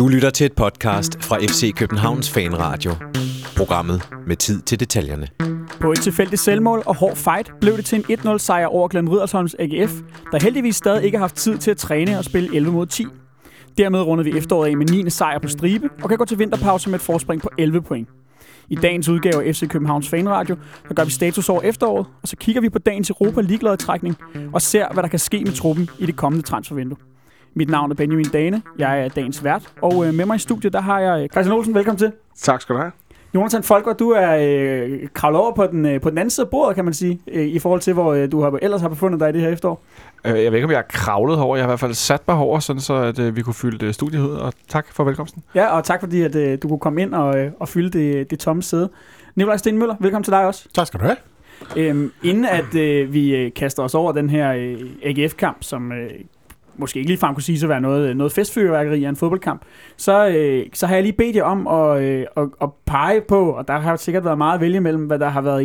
Du lytter til et podcast fra FC Københavns Fanradio. Programmet med tid til detaljerne. På et tilfældigt selvmål og hård fight blev det til en 1-0 sejr over Glenn Riddersholms AGF, der heldigvis stadig ikke har haft tid til at træne og spille 11 mod 10. Dermed rundede vi efteråret af med 9. sejr på stribe og kan gå til vinterpause med et forspring på 11 point. I dagens udgave af FC Københavns Fanradio, der gør vi status over efteråret, og så kigger vi på dagens Europa League-lodtrækning og ser, hvad der kan ske med truppen i det kommende transfervindue. Mit navn er Benjamin Dane, jeg er dagens vært, og med mig i studiet, der har jeg Christian Olsen, velkommen til. Tak skal du have. Jonathan Folker, du er kravlet over på den anden side af bordet, kan man sige, i forhold til, hvor du ellers har befundet dig i det her efterår. Jeg ved ikke, om jeg har kravlet over. Jeg har i hvert fald sat mig over, sådan så at vi kunne fylde studiet ud. Og tak for velkomsten. Ja, og tak fordi at du kunne komme ind og fylde det tomme sæde. Nikolaj Stenmøller, velkommen til dig også. Tak skal du have. Inden at vi kaster os over den her AGF-kamp, som måske ikke ligefrem kunne sige at være noget festfyrværkeri af en fodboldkamp, så har jeg lige bedt jer om at pege på, og der har sikkert været meget at vælge mellem, hvad der har været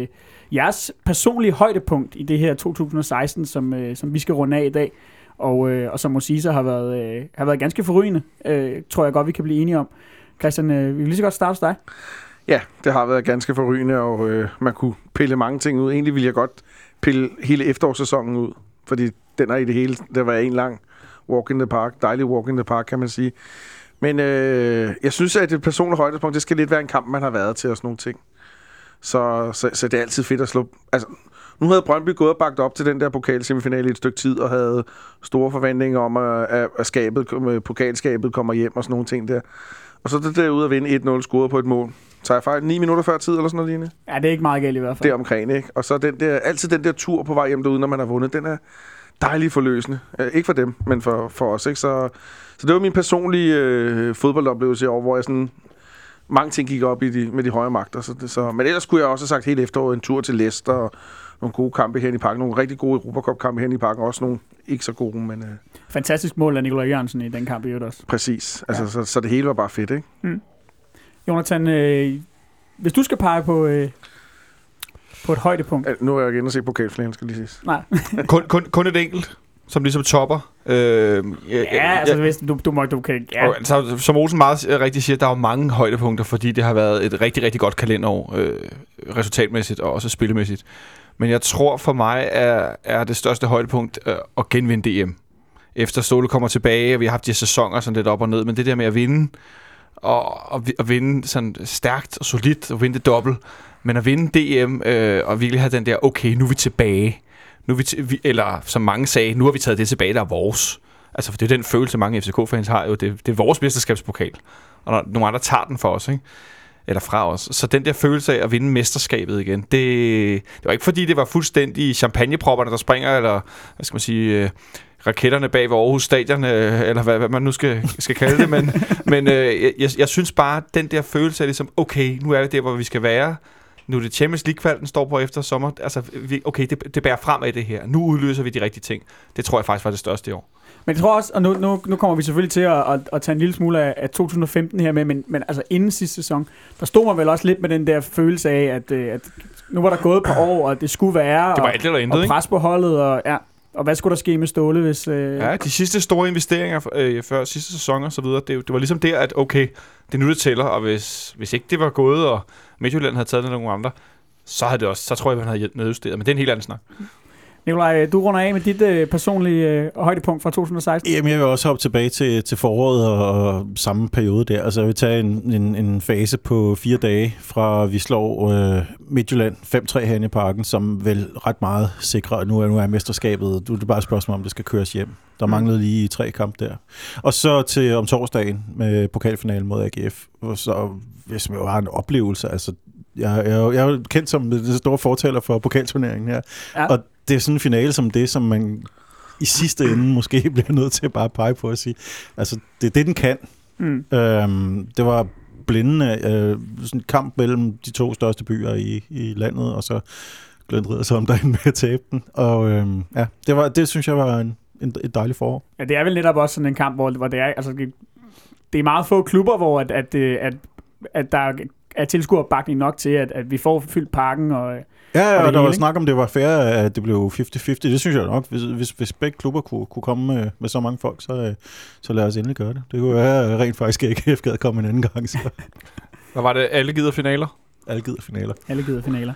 jeres personlige højdepunkt i det her 2016, som vi skal runde af i dag, og som må sige så har været ganske forrygende, tror jeg godt, vi kan blive enige om. Christian, vi vil lige så godt starte hos dig. Ja, det har været ganske forrygende, og man kunne pille mange ting ud. Egentlig ville jeg godt pille hele efterårssæsonen ud, fordi den er i det hele, der var en lang walk in the park, dejlig walk in the park, kan man sige. Men jeg synes, at det personlige højdepunkt, det skal lidt være en kamp, man har været til og sådan nogle ting. Så det er altid fedt at slå. Altså, nu havde Brøndby gået og bagt op til den der pokalsemifinale i et stykke tid, og havde store forventninger om, at pokalskabet kommer hjem og sådan nogle ting der. Og så det der ud at vinde 1-0, scoret på et mål. Så jeg fejl 9 minutter før tid, eller sådan noget lignende. Ja, det er ikke meget galt i hvert fald. Det er omkring, ikke? Og så altid den der tur på vej hjem derude, når man har vundet, den er dejligt forløsende. Ikke for dem, men for os, ikke? Så det var min personlige fodboldoplevelse i år, hvor jeg sådan mange ting gik op med de højere magter. Men ellers kunne jeg også have sagt helt efteråret en tur til Leicester og nogle gode kampe her i parken. Nogle rigtig gode Europacup-kampe her i parken. Også nogle ikke så gode, men fantastisk mål af Nikolaj Jørgensen i den kamp i øvrigt også. Præcis. Altså, så det hele var bare fedt, ikke? Mm. Jonathan, hvis du skal pege på et højdepunkt. Nu er jeg igen at se pokalfinalen, skal lige siges. Nej. kun et enkelt, som ligesom topper. Hvis du kan. Ja. Altså, som Olsen meget rigtigt siger, der er jo mange højdepunkter, fordi det har været et rigtig, rigtig godt kalenderår, resultatmæssigt og også spillemæssigt. Men jeg tror for mig er det største højdepunkt at genvinde DM. Efter Ståle kommer tilbage, og vi har haft de sæsoner sådan lidt op og ned, men det der med at vinde, og vinde sådan stærkt og solidt, og vinde det dobbelt, men at vinde DM, og virkelig have den der, okay, nu er vi tilbage. Eller som mange sagde, nu har vi taget det tilbage, der er vores. Altså, for det er den følelse, mange FCK-fans har jo, det er vores mesterskabspokal. Og når nogle andre tager den for os, ikke? Eller fra os. Så den der følelse af at vinde mesterskabet igen, det var ikke fordi, det var fuldstændig champagnepropperne, der springer, eller hvad skal man sige, raketterne bag ved Aarhus Stadion, eller hvad man nu skal kalde det, men jeg synes bare, den der følelse af ligesom, okay, nu er vi der, hvor vi skal være. Nu er det Champions League-kvalden, står på efter sommer. Altså, okay, det bærer frem af det her. Nu udløser vi de rigtige ting. Det tror jeg faktisk var det største i år. Men jeg tror også, og nu kommer vi selvfølgelig til at tage en lille smule af 2015 her med, men altså inden sidste sæson, der stod man vel også lidt med den der følelse af, at nu var der gået et par år, og det skulle være, det var alt eller intet, og pres på holdet, og hvad skulle der ske med Ståle, hvis... Ja, de sidste store investeringer før sidste sæson og så videre, det var ligesom der, at okay, det er nu, det tæller, og hvis ikke det var gået, og Midtjylland havde taget det nogle andre, så tror jeg, man havde nedjusteret, men det er en helt anden snak. Nikolaj, du runder af med dit personlige højdepunkt fra 2016. Jamen, jeg vil også hoppe tilbage til foråret og samme periode der. Altså, jeg vil tage en fase på 4 dage, fra vi slår Midtjylland 5-3 herinde i parken, som vel ret meget sikrer, at nu er mesterskabet. Det er bare et spørgsmål, om det skal køres hjem. Der manglede lige 3 kampe der. Og så til om torsdagen med pokalfinalen mod AGF, som jo var en oplevelse. Altså, jeg er jo kendt som det store fortaler for pokalturneringen her. Ja. Og det er sådan en finale som det, som man i sidste ende måske bliver nødt til at bare pege på at sige. Altså, det er det, den kan. Mm. Det var blindende sådan en kamp mellem de 2 største byer i landet, og så Glenn Riddersholm der med at tabe den. Og det synes jeg var et dejligt forår. Ja, det er vel netop også sådan en kamp, hvor det er, altså, det er meget få klubber, hvor at der er tilskueropbakning nok til, at vi får fyldt parken. Og og der var snak om, det var fair, at det blev 50-50. Det synes jeg nok. Hvis begge klubber kunne komme med så mange folk, så lad os endelig gøre det. Det kunne være rent faktisk ikke gad komme en anden gang. Så. Hvad var det? Alle gider finaler? Alle gider finaler. Alle gider finaler.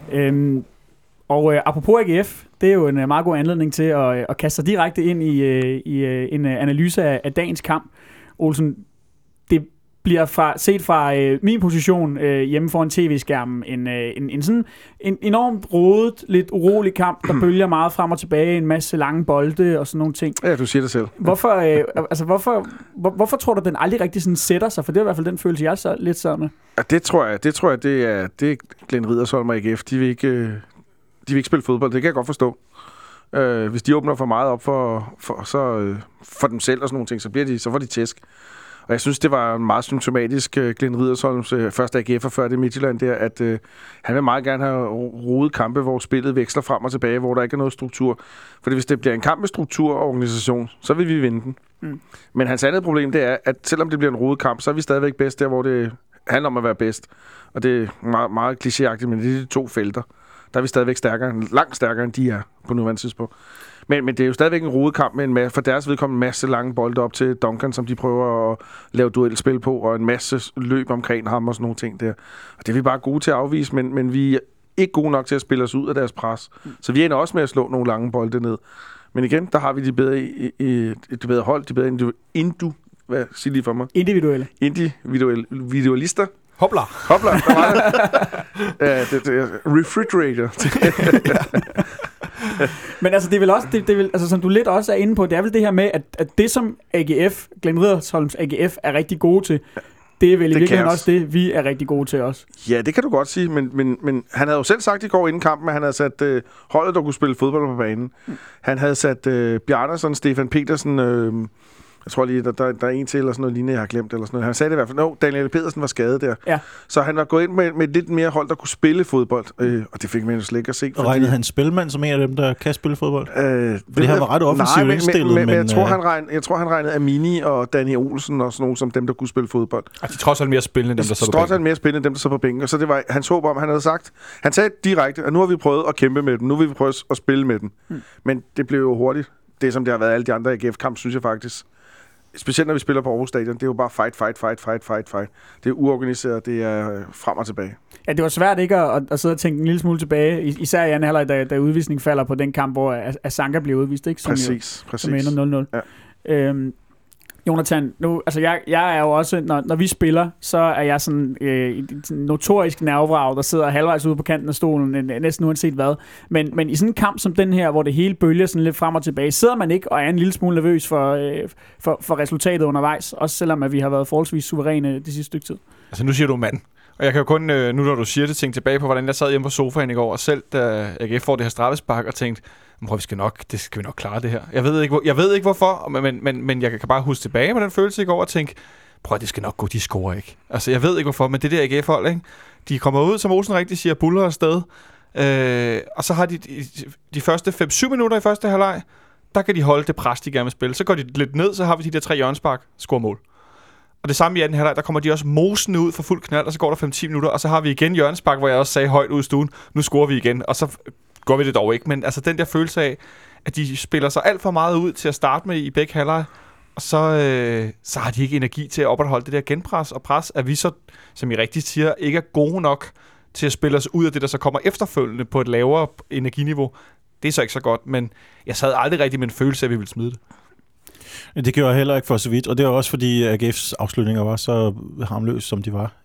Og apropos AGF, det er jo en meget god anledning til at kaste sig direkte ind i en analyse af dagens kamp. Olsen, det bliver set fra min position hjemme foran tv-skærmen en sådan en enormt rodet, lidt urolig kamp, der bølger meget frem og tilbage, en masse lange bolde og sådan nogle ting. Ja, du siger det selv. Hvorfor tror du, den aldrig rigtig sådan sætter sig? For det er i hvert fald den følelse, jeg så lidt sad med. Ja, det tror jeg, det er Glenn Riddersholm og AGF. De vil ikke spille fodbold. Det kan jeg godt forstå. Hvis de åbner for meget op for dem selv og sådan nogle ting, så får de tæsk. Og jeg synes, det var meget symptomatisk, Glenn Riddersholms første AGF og før det Midtjylland der, at han vil meget gerne have rodet kampe, hvor spillet veksler frem og tilbage, hvor der ikke er noget struktur. Fordi hvis det bliver en kamp med struktur og organisation, så vil vi vinde den. Mm. Men hans andet problem, det er, at selvom det bliver en rodet kamp, så er vi stadigvæk bedst der, hvor det handler om at være bedst. Og det er meget, meget klichéagtigt, men det er de to felter. Der er vi stadigvæk langt stærkere, end de er på nuværende tidspunkt. Men det er jo stadigvæk en rodekamp med for deres vedkommende en masse lange bolde op til Duncan, som de prøver at lave duelspil på, og en masse løb omkring ham og sådan nogle ting der. Og det er vi bare gode til at afvise, men vi er ikke gode nok til at spille os ud af deres pres. Så vi ender også med at slå nogle lange bolde ned. Men igen, der har vi de bedre hold, de bedre hvad siger lige for mig? Individualister. Hopla, der var det. Refrigerator. Men altså, det er vel også, altså, som du lidt også er inde på, det er vel det her med, at det som AGF, Glenn Riddersholms AGF, er rigtig gode til, det er vel i virkeligheden også det, vi er rigtig gode til også. Ja, det kan du godt sige, men han havde jo selv sagt i går inden kampen, at han havde sat holdet, der kunne spille fodbold på banen. Han havde sat Bjarnason, Stefan Petersen, jeg tror lige, der er en til eller sådan noget lignende, jeg har glemt. Eller sådan noget. Han sagde det i hvert fald. Daniel Pedersen var skadet der. Ja. Så han var gået ind med lidt mere hold, der kunne spille fodbold. Og det fik man jo slet ikke at se. Og regnede han spilmand som en af dem, der kan spille fodbold? Fordi han var ret offensivt indstillet. Men jeg tror, han regnede Amini og Danny Olsen og sådan nogle som dem, der kunne spille fodbold. Altså, de trods alt mere spillende, dem der så på bænken. Trods alt mere spillende, dem der så på bænken. Og så det var hans håb om, han havde sagt. Han sagde direkte, at nu har vi prøvet at kæmpe med dem. Nu vil vi prøve at spille med dem. Men det blev jo hurtigt. Det som det har været alle de andre AGF-kamp, synes jeg faktisk. Specielt når vi spiller på Aarhus Stadion, det er jo bare fight. Det er uorganiseret, det er frem og tilbage. Ja, det var svært ikke at sidde og tænke en lille smule tilbage, især i anden halvleg, da udvisningen falder på den kamp, hvor Asanka bliver udvist, ikke? Præcis. Som ender 0-0. Ja. Jonathan, nu, altså jeg er jo også, når vi spiller, så er jeg sådan notorisk nervevrag, der sidder halvvejs ude på kanten af stolen, næsten uanset hvad. Men i sådan en kamp som den her, hvor det hele bølger sådan lidt frem og tilbage, sidder man ikke og er en lille smule nervøs for resultatet undervejs, også selvom at vi har været forholdsvis suveræne det sidste stykke tid. Altså nu siger du mand. Og jeg kan jo kun, nu når du siger det, tænke tilbage på, hvordan jeg sad hjemme på sofaen i går, og selv da AGF får det her straffespark, og tænkte, det skal vi nok klare det her. Jeg ved ikke hvorfor, men jeg kan bare huske tilbage med den følelse i går og tænke, det skal nok gå, de scorer ikke. Altså jeg ved ikke hvorfor, men det der AGF-hold, ikke? De kommer ud, som Olsen rigtig siger, buller afsted. Og så har de første 5-7 minutter i første halvleg, der kan de holde det pres, de gerne vil spille. Så går de lidt ned, så har vi de der 3 hjørnespark, scorer mål. Og det samme i anden halvleg, der kommer de også mosende ud for fuld knald, og så går der 5-10 minutter, og så har vi igen hjørnespark, hvor jeg også sagde højt ud i stuen, nu scorer vi igen, og så går vi det dog ikke. Men altså den der følelse af, at de spiller sig alt for meget ud til at starte med i begge halvleg, og så har de ikke energi til at opretholde det der genpres og pres, at vi så, som I rigtigt siger, ikke er gode nok til at spille os ud af det, der så kommer efterfølgende på et lavere energiniveau. Det er så ikke så godt, men jeg sad aldrig rigtig med en følelse af, at vi ville smide det. Det gjorde jeg heller ikke for så vidt, og det var også fordi AGF's afslutninger var så harmløse, som de var.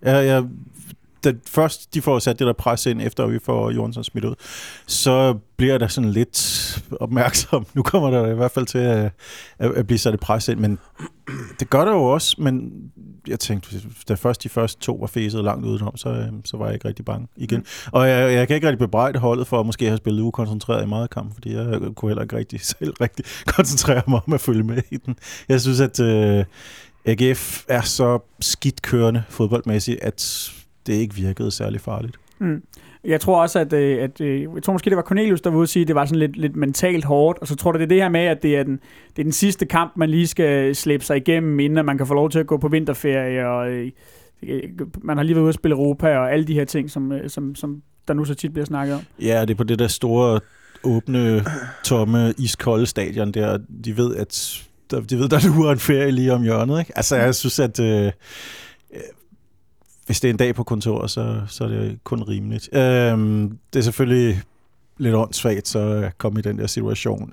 Først de får sat det der pres ind, efter vi får Jonsson smidt ud, så bliver der sådan lidt opmærksom. Nu kommer der i hvert fald til at blive sat et pres ind, men det gør der jo også, men jeg tænkte, da først de første 2 var fæset langt udenom, så var jeg ikke rigtig bange igen. Og jeg kan ikke rigtig bebrejde holdet for at måske have spillet ukoncentreret i meget kamp, fordi jeg kunne heller ikke selv rigtig koncentrere mig om at følge med i den. Jeg synes, at AGF er så skidt kørende fodboldmæssigt, at det ikke virkede særlig farligt. Jeg tror også, at jeg tror måske, det var Cornelius, der var ude at sige, at det var sådan lidt mentalt hårdt, og så tror jeg, det er det her med, at det er den sidste kamp, man lige skal slæbe sig igennem, inden man kan få lov til at gå på vinterferie, og man har lige været ude at spille Europa, og alle de her ting, som der nu så tit bliver snakket om. Ja, det er på det der store, åbne, tomme, iskolde stadion der. De ved, der er en ferie lige om hjørnet, ikke? Altså, jeg synes, at hvis det er en dag på kontor, så er det kun rimeligt. Det er selvfølgelig lidt åndssvagt, så komme i den der situation.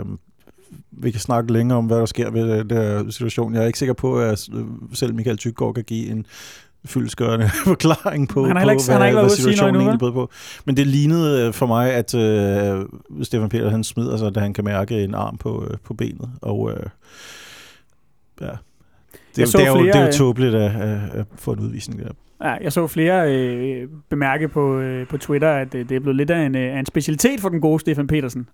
Vi kan snakke længere om, hvad der sker ved den der situation. Jeg er ikke sikker på, at selv Michael Thygaard kan give en fyldestgørende forklaring på, hvad situationen egentlig bød på. Men det lignede for mig, at Stefan Peter, han smider sig, da han kan mærke en arm på benet. Og ja, det er jo tåbeligt at få en udvisning der. Ja, jeg så flere bemærke på Twitter, at det er blevet lidt af en specialitet for den gode Stefan Petersen,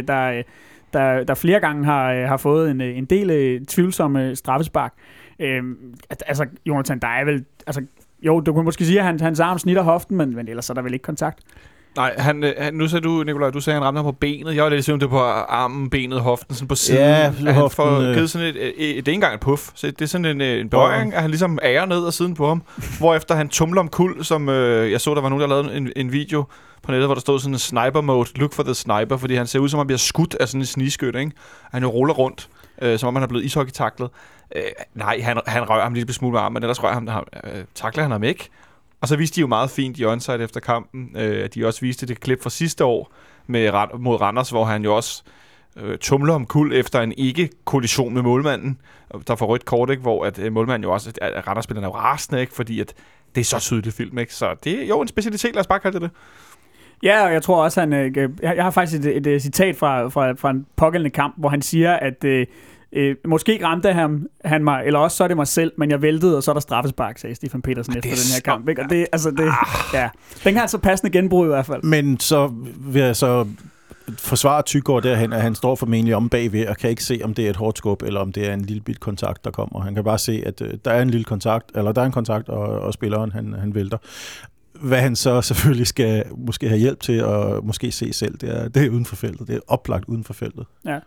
der flere gange har fået en del tvivlsomme straffespark. Altså, Jonathan, der er vel... Altså, jo, du kunne måske sige, at hans arm snitter hoften, men ellers er der vel ikke kontakt? Nej, nu sagde du, Nikolaj, du sagde, han ramte ham på benet. Jeg var lidt i det på armen, benet, hoften, sådan på siden. Ja, han får givet sådan det er ikke engang et puff. Så det er sådan en berøring, at han ligesom ærer ned ad siden på ham. Hvorefter han tumler om kul, som jeg så, der var nogen, der lavede en video på nettet, hvor der stod sådan en sniper mode, look for the sniper, fordi han ser ud som om han bliver skudt af sådan en snigskytte, ikke? Han jo ruller rundt, som om han er blevet ishockey-taklet. Nej, han rører ham lige smule med armen, men ellers takler han ham ikke. Og så viste de jo meget fint i onside efter kampen, at de også viste det klip fra sidste år mod Randers, hvor han jo også tumler om kul efter en ikke-kollision med målmanden, der får rødt kort, ikke? Hvor at målmanden jo også, at Randers-spillerne er jo rasende, ikke? Fordi at det er så tydeligt film, ikke? Så det er jo en specialitet, lad os bare kalde det. Ja, og jeg tror også, jeg har faktisk et citat fra en pågældende kamp, hvor han siger, at måske ramte han mig, eller også så er det mig selv, men jeg væltede, og så er der straffespark, sagde Stefan Petersen efter den her kamp. Ikke? Og det, altså det, ja. Den kan altså passende genbrug i hvert fald. Men så vil jeg så forsvare Thygaard derhen, at han står formentlig om bagved, og kan ikke se, om det er et hårdt skub, eller om det er en lille bit kontakt, der kommer. Han kan bare se, at der er en lille kontakt, eller der er en kontakt, og spilleren, han vælter. Hvad han så selvfølgelig skal måske have hjælp til, og måske se selv, det er uden for feltet. Det er oplagt uden for feltet. Ja.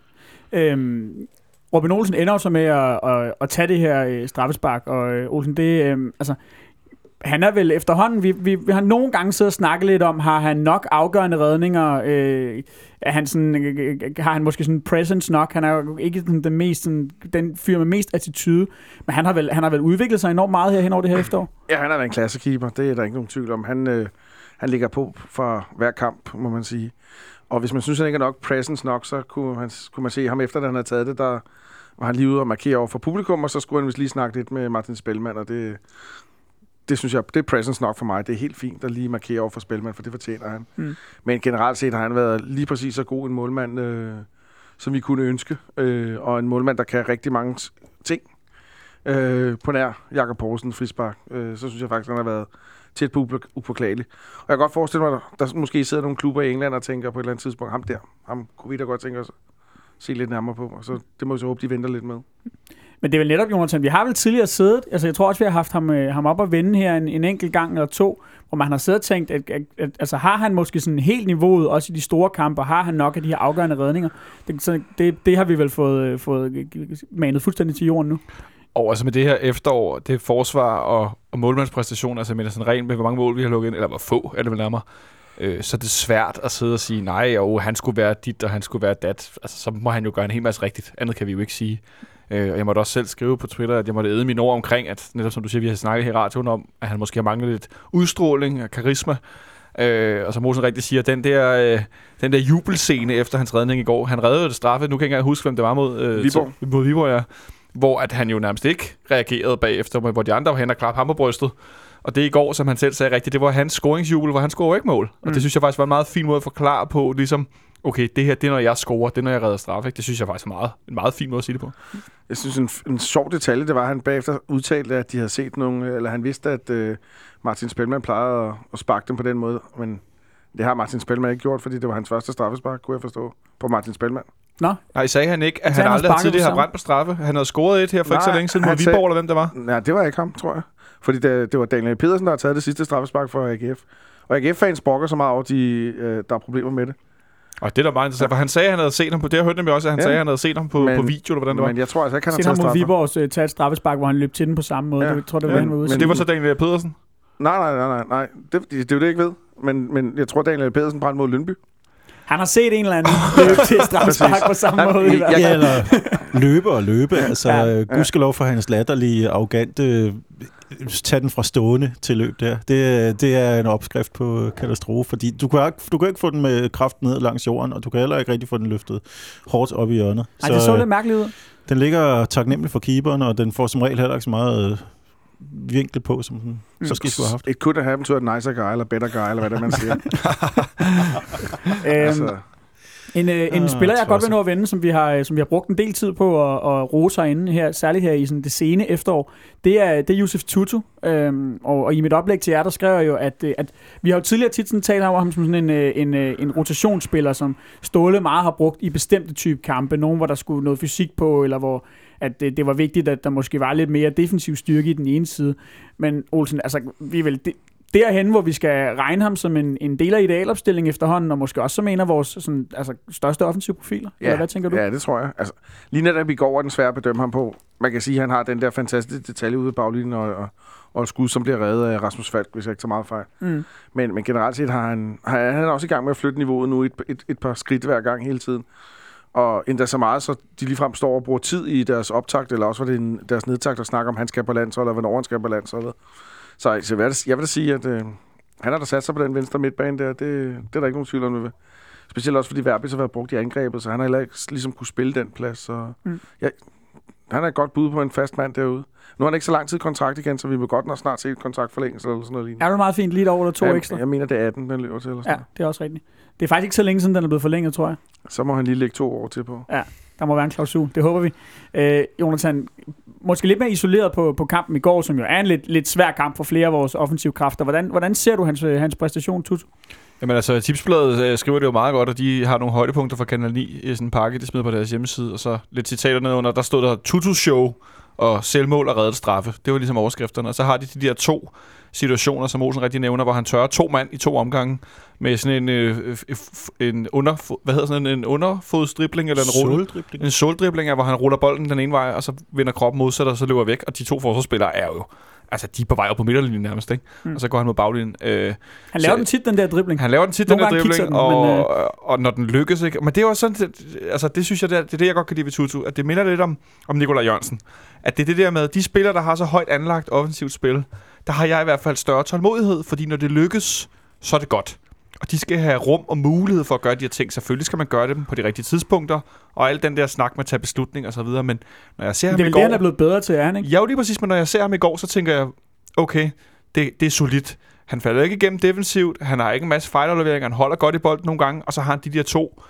Robin Olsen ender jo så med at tage det her straffespark, og Olsen, altså, han er vel efterhånden, vi har nogle gange siddet og snakket lidt om, har han nok afgørende redninger, har han måske sådan presence nok, han er jo ikke den fyr med mest attitude, men han har vel udviklet sig enormt meget her hen over det her efterår. Ja, han er en klassekeeper, det er der ikke nogen tvivl om. Han ligger på for hver kamp, må man sige. Og hvis man synes, han ikke er nok presence nok, så kunne man se ham efter, da han havde taget det, der var han lige ude og markere over for publikum, og så skulle han vist lige snakke lidt med Martin Spellmann, og det synes jeg, det er presence nok for mig. Det er helt fint at lige markere over for Spellmann, for det fortjener han. Mm. Men generelt set har han været lige præcis så god en målmand, som vi kunne ønske, og en målmand, der kan rigtig mange ting. På nær Jakob Poulsen frispark, så synes jeg faktisk, han har været tæt på upåklagelig. Og jeg kan godt forestille mig, at der måske sidder nogle klubber i England og tænker på et eller andet tidspunkt, ham kunne vi da godt tænke os at se lidt nærmere på. Og så det må vi så håbe, de venter lidt med. Men det er vel netop, Jonathan, vi har vel tidligere siddet, altså jeg tror også, vi har haft ham op at vende her en enkelt gang eller to, hvor man har siddet og tænkt, at altså har han måske sådan helt niveauet, også i de store kampe, har han nok af de her afgørende redninger? Det har vi vel fået manet fuldstændig til jorden nu. Og altså med det her efterår, det forsvar og målmandspræstation, altså med sådan rent med, hvor mange mål vi har lukket ind, eller hvor få er det vel nærmere, så er det svært at sidde og sige, nej, han skulle være dit, og han skulle være dat. Altså så må han jo gøre en hel masse rigtigt. Andet kan vi jo ikke sige. Og jeg måtte også selv skrive på Twitter, at jeg måtte æde mine ord omkring, at netop som du siger, vi har snakket her i radioen om, at han måske har manglet lidt udstråling og karisma. Og som Olsen rigtig siger, den der jubelscene efter hans redning i går, han reddede det straffe, nu kan jeg ikke engang huske, hvem det var mod Viborg, ja. Hvor at han jo nærmest ikke reagerede bagefter, hvor de andre var hen og klappede ham på brystet. Og det i går, som han selv sagde rigtigt, det var hans scoringsjubel, hvor han scorer ikke mål. Og det synes jeg faktisk var en meget fin måde at forklare på, ligesom, okay, det her, det er når jeg scorer, det er når jeg redder straf, ikke? Det synes jeg faktisk er en meget fin måde at sige det på. Jeg synes, en sjov detalje, det var, at han bagefter udtalte, at de havde set nogle, eller han vidste, at Martin Spellmann plejede at sparke dem på den måde, men det har Martin Spellmann ikke gjort, fordi det var hans første straffespark, kunne jeg forstå, på Martin Spellmann. Nå? Nej, sagde han ikke, at han aldrig tidligere har brændt på straffe? Han havde scoret et her for ikke så længe siden mod Viborg, eller hvem det var? Nej, det var ikke ham, tror jeg. Fordi det var Daniel Pedersen, der har taget det sidste straffespark for AGF. Og AGF-fans brokker så meget over, der er problemer med det. Og det er da meget interessant, for han sagde, at han havde set ham på... Det jeg hørte nemlig også, at han sagde, at han havde set ham på video, eller hvordan det var. Men jeg tror altså ikke, han har taget straffer. Set ham mod Viborg tage et straffespark, hvor han løb til den på samme måde. Jeg tror, det var han var ude. Men det var så Daniel Pedersen? Nej. Det er jo det, jeg ikke ved. Men jeg tror, Daniel Pedersen brændte mod Lyngby. Han har set en eller anden løbe til et straffespark på samme måde. Ja, eller løbe. Altså, gudskelov for hans latterlige, arrogante... Tag den fra stående til løb der. Det er en opskrift på katastrofe, fordi du kan ikke få den med kraft ned langs jorden, og du kan heller ikke rigtig få den løftet hårdt op i hjørnet. Ej, det så lidt mærkeligt ud. Den ligger taknemmelig for keeperen, og den får som regel heller ikke så meget vinkel på, som den så skulle have haft. It could have happened to a nicer guy, eller better guy, eller hvad det man siger. En spiller, jeg godt vil nå at vende, som vi har brugt en del tid på at rose herinde her, særligt her i sådan det sene efterår, det er Yusuf Tutu. Og i mit oplæg til jer, der skrev jeg jo, at vi har jo tidligere tit sådan talt om ham som sådan en rotationsspiller, som Ståle meget har brugt i bestemte type kampe. Nogle, hvor der skulle noget fysik på, eller hvor at det var vigtigt, at der måske var lidt mere defensiv styrke i den ene side. Men Olsen, altså vi vil derhen, hvor vi skal regne ham som en del af idealopstilling efterhånden, og måske også som en af vores sådan, altså, største offensive profiler. Ja, eller hvad tænker du? Ja, det tror jeg. Altså, lige netop i går er den svært at bedømme ham på. Man kan sige, at han har den der fantastiske detalje ude i baglinjen, og et skud, som bliver reddet af Rasmus Falk, hvis jeg ikke tager meget fejl. Men generelt set har han også i gang med at flytte niveauet nu et par skridt hver gang hele tiden. Og endda så meget, så de ligefrem står og bruger tid i deres optakt, eller også var det deres nedtakt at snakke om, han skal på landsholdet, eller hvornår han skal på landsholdet. Så jeg vil da sige, at han har da sat sig på den venstre midtbane der. Det er der ikke nogen tvivl om, det. Specielt også fordi Verbis har været brugt i angrebet, så han har heller ikke ligesom kunne spille den plads. Så han er et godt bud på en fast mand derude. Nu har han ikke så lang tid kontrakt igen, så vi vil godt nok snart se et kontraktforlængelse eller sådan noget lignende. Er det meget fint, lige et år eller 2 ekstra? Jeg mener, det er 18, den løber til. Eller sådan. Ja, det er også rigtigt. Det er faktisk ikke så længe siden, den er blevet forlænget, tror jeg. Så må han lige lægge 2 år til på. Ja, der må være en klausul. Det håber vi. Jonathan, måske lidt mere isoleret på kampen i går, som jo er en lidt svær kamp for flere af vores offensive kræfter. Hvordan ser du hans præstation, Tutu? Jamen altså, Tipsbladet skriver det jo meget godt, og de har nogle højdepunkter fra Kanal 9 i sådan en pakke, de smider på deres hjemmeside, og så lidt citater nedenunder. Der stod der Tutu-show og selvmål og reddet straffe. Det var ligesom overskrifterne. Og så har de de der 2 situationer, som Olsen rigtig nævner, hvor han tørrer 2 mand i 2 omgange med sådan en underfodsdribling eller en soldribling, hvor han ruller bolden den ene vej, og så vender kroppen modsat, og så løber væk. Og de 2 forsvarsspillere er jo... Altså, de er på vej op på midterlinjen nærmest, ikke? Og så går han mod baglinjen. Han laver den tit, den der dribling. Og når den lykkes, ikke? Men det er jo sådan, altså, det synes jeg, det er det, jeg godt kan lide ved Tutu, at det minder lidt om Nikolaj Jørgensen. At det er det der med, de spillere, der har så højt anlagt offensivt spil, der har jeg i hvert fald større tålmodighed, fordi når det lykkes, så er det godt. Og de skal have rum og mulighed for at gøre de her ting. Selvfølgelig skal man gøre dem på de rigtige tidspunkter, og al den der snak med at tage beslutninger og så videre. Men når jeg ser ham i går... han er blevet bedre til, er ikke? Ja, lige præcis, men når jeg ser ham i går, så tænker jeg, okay, det er solidt. Han falder ikke igennem defensivt, han har ikke en masse fejlafleveringer, han holder godt i bolden nogle gange, og så har han de der 2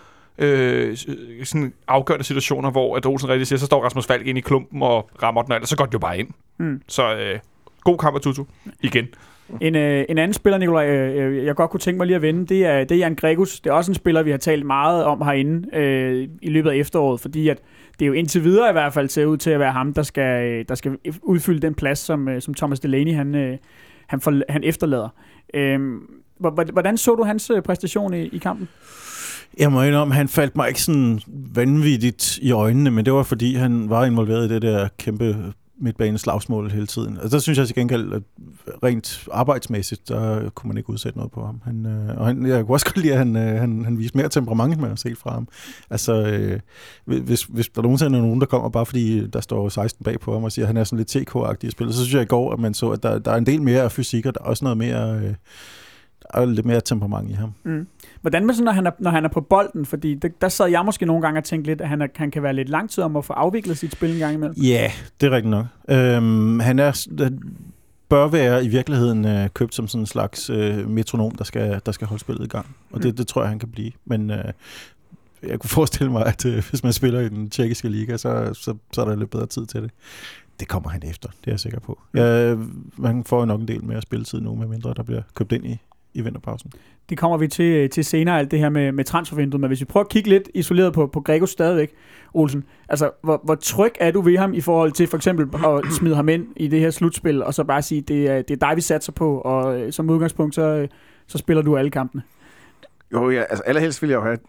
sådan afgørende situationer, hvor at Olsen rigtig siger, så står Rasmus Falk ind i klumpen og rammer den, og ellers så går det jo bare ind. Så god kamp af Tutu igen. En anden spiller, Nikolaj, jeg godt kunne tænke mig lige at vende, det er Jan Gregus. Det er også en spiller, vi har talt meget om herinde i løbet af efteråret, fordi at det er jo indtil videre i hvert fald ser ud til at være ham, der skal udfylde den plads, som Thomas Delaney han efterlader. Hvordan så du hans præstation i kampen? Jeg må indrømme, han faldt mig ikke sådan vanvittigt i øjnene, men det var fordi, han var involveret i det der kæmpe midtbanens slagsmål hele tiden. Altså, der synes jeg til gengæld, at rent arbejdsmæssigt, der kunne man ikke udsætte noget på ham. Jeg kunne også godt lide, at han viste mere temperament, end man har set fra ham. Altså, hvis der nogensinde er nogen, der kommer bare fordi der står 16 bag på ham og siger, at han er sådan lidt TK-agtig at spille, så synes jeg i går, at man så, at der er en del mere fysik, og der er også noget mere... Der er lidt mere temperament i ham. Hvordan med sådan, når han er på bolden? Fordi der sad jeg måske nogle gange og tænkte lidt, at han kan være lidt lang tid om at få afviklet sit spil en gang imellem. Ja, det er rigtigt nok. Han bør være i virkeligheden købt som sådan en slags metronom, der skal holde spillet i gang. Og det tror jeg, han kan blive. Men jeg kunne forestille mig, at hvis man spiller i den tjekkiske liga, så er der lidt bedre tid til det. Det kommer han efter, det er jeg sikker på. Man får nok en del mere spilletid nu, medmindre der bliver købt ind i vinterpausen. Det kommer vi til senere, alt det her med transfervinduet. Men hvis vi prøver at kigge lidt isoleret på Gregus stadigvæk, Olsen, altså hvor tryg er du ved ham i forhold til for eksempel at smide ham ind i det her slutspil, og så bare sige, det er dig, vi satser på, og som udgangspunkt, så spiller du alle kampene? Jo, ja, altså allerhelst vil jeg jo have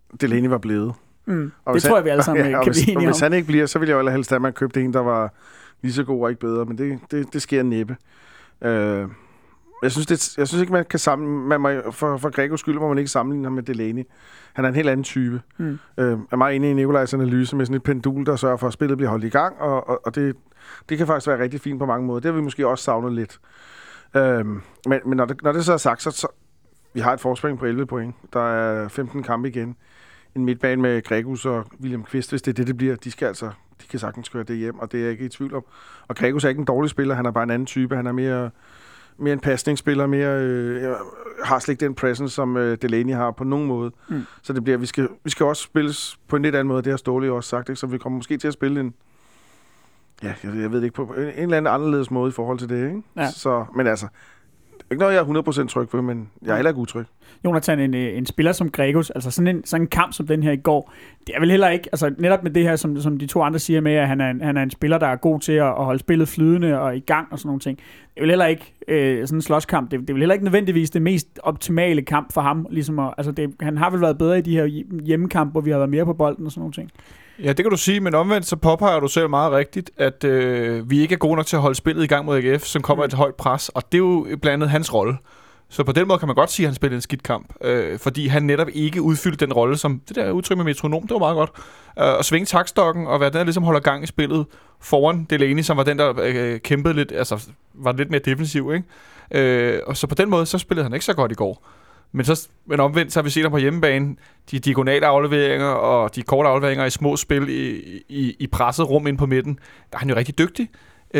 Delaney var blevet. Og det tror jeg, vi alle sammen kan blive enige om. Hvis han ikke bliver, så vil jeg jo helst, at man købte en, der var lige så god og ikke bedre. Men det sker næppe. Jeg synes ikke, man kan sammenligne... For Gregos skyld må man ikke sammenligne ham med Delaney. Han er en helt anden type. Jeg er meget enig i Nikolajs analyse med sådan et pendul, der sørger for, at spillet bliver holdt i gang. Og det kan faktisk være rigtig fint på mange måder. Det har vi måske også savnet lidt. Men når det så er sagt, så vi har et forspring på 11 point. Der er 15 kampe igen. En midtbane med Gregus og William Kvist, hvis det bliver. De kan sagtens køre det hjem, og det er jeg ikke i tvivl om. Og Gregus er ikke en dårlig spiller, han er bare en anden type. Han er mere en pasningsspiller, har slet ikke den presence, som Delaney har på nogen måde. Så det bliver, vi skal også spilles på en lidt anden måde, det har Ståle også sagt, ikke? Så vi kommer måske til at spille en, jeg ved det ikke, på en eller anden anderledes måde i forhold til det, ikke? Ja. Så, men altså, ikke noget, jeg er 100% tryg ved, men jeg er heller ikke utryg. Jonathan, en spiller som Gregus, altså sådan en kamp som den her i går, det er vel heller ikke, altså netop med det her, som de to andre siger med, at han er en spiller, der er god til at holde spillet flydende og i gang og sådan nogle ting. Det er vel heller ikke sådan en slåskamp, det er vel heller ikke nødvendigvis det mest optimale kamp for ham, ligesom han har vel været bedre i de her hjemmekampe, hvor vi har været mere på bolden og sådan nogle ting. Ja, det kan du sige, men omvendt så påpeger du selv meget rigtigt, at vi ikke er gode nok til at holde spillet i gang mod AGF, som kommer et højt pres, og det er jo blandt andet hans rolle. Så på den måde kan man godt sige, at han spillede en skidt kamp, fordi han netop ikke udfyldte den rolle, som det der udtryk med metronom, det var meget godt. At svinge taktstokken og være den, der ligesom holder gang i spillet foran Delaney, som var den, der kæmpede lidt, altså var lidt mere defensiv, ikke? Og så på den måde, så spillede han ikke så godt i går. Men omvendt, så har vi set ham på hjemmebane, de diagonale afleveringer og de korte afleveringer i små spil i presset rum ind på midten. Der er han jo rigtig dygtig.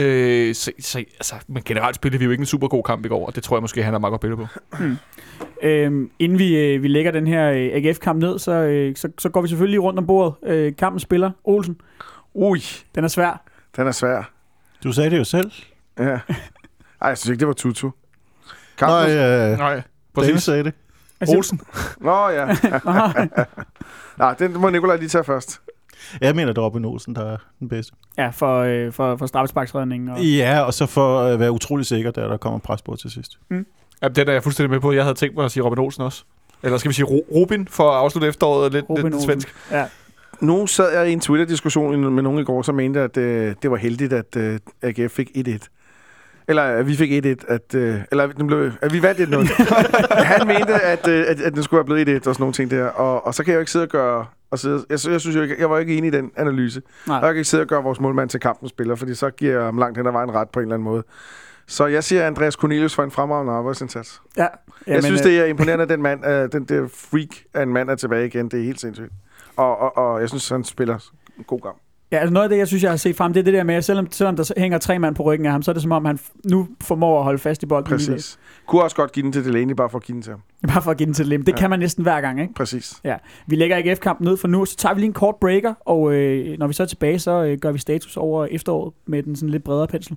Men generelt spillede vi jo ikke en super god kamp i går, og det tror jeg måske, han har meget godt billede på. Inden vi lægger den her AGF-kamp ned, så går vi selvfølgelig rundt om bordet. Kampen spiller Olsen. Den er svær. Den er svær. Du sagde det jo selv. Ja. Ej, jeg synes ikke, det var Tutu. Nej. Præcis sagde det. Olsen. Nå ja. Nej, den må Nikolaj lige tage først. Jeg mener, det er Robin Olsen, der er den bedste. Ja, for straffesparksredningen. Ja, og så for at være utrolig sikker, der kommer pres på til sidst. Ja, den er jeg fuldstændig med på. Jeg havde tænkt mig at sige Robin Olsen også. Eller skal vi sige Robin, for at afslutte efteråret lidt svensk. Ja. Nu sad jeg i en Twitter-diskussion med nogen i går, som mente, at det var heldigt, at AGF fik 1-1. Eller at vi fik 1-1, at vi vandt 1-0. Han mente, at den skulle være blevet 1-1 og sådan nogle ting der. Og så kan jeg jo ikke sidde og gøre... Jeg synes jo ikke, jeg var jo ikke enig i den analyse. Nej. Og jeg kan ikke sidde og gøre vores målmand til kampens spiller, fordi så giver jeg ham langt hen ad vejen ret på en eller anden måde. Så jeg siger Andreas Cornelius for en fremragende arbejdsindsats. Ja. Jeg synes, det er imponerende, at den mand, den der freak af en mand er tilbage igen. Det er helt sindssygt. Og jeg synes, han spiller en god kamp. Ja, altså noget af det, jeg synes, jeg har set frem, det er det der med, at selvom der hænger 3 mand på ryggen af ham, så er det som om, han nu formår at holde fast i bolden. Præcis. Kunne også godt give den til Delaney, bare for at give den til ham. Bare for at give den til Delaney. Det kan man næsten hver gang, ikke? Præcis. Ja. Vi lægger AGF-kampen ned for nu, så tager vi lige en kort breaker, og når vi så er tilbage, så gør vi status over efteråret med den sådan lidt bredere pensel.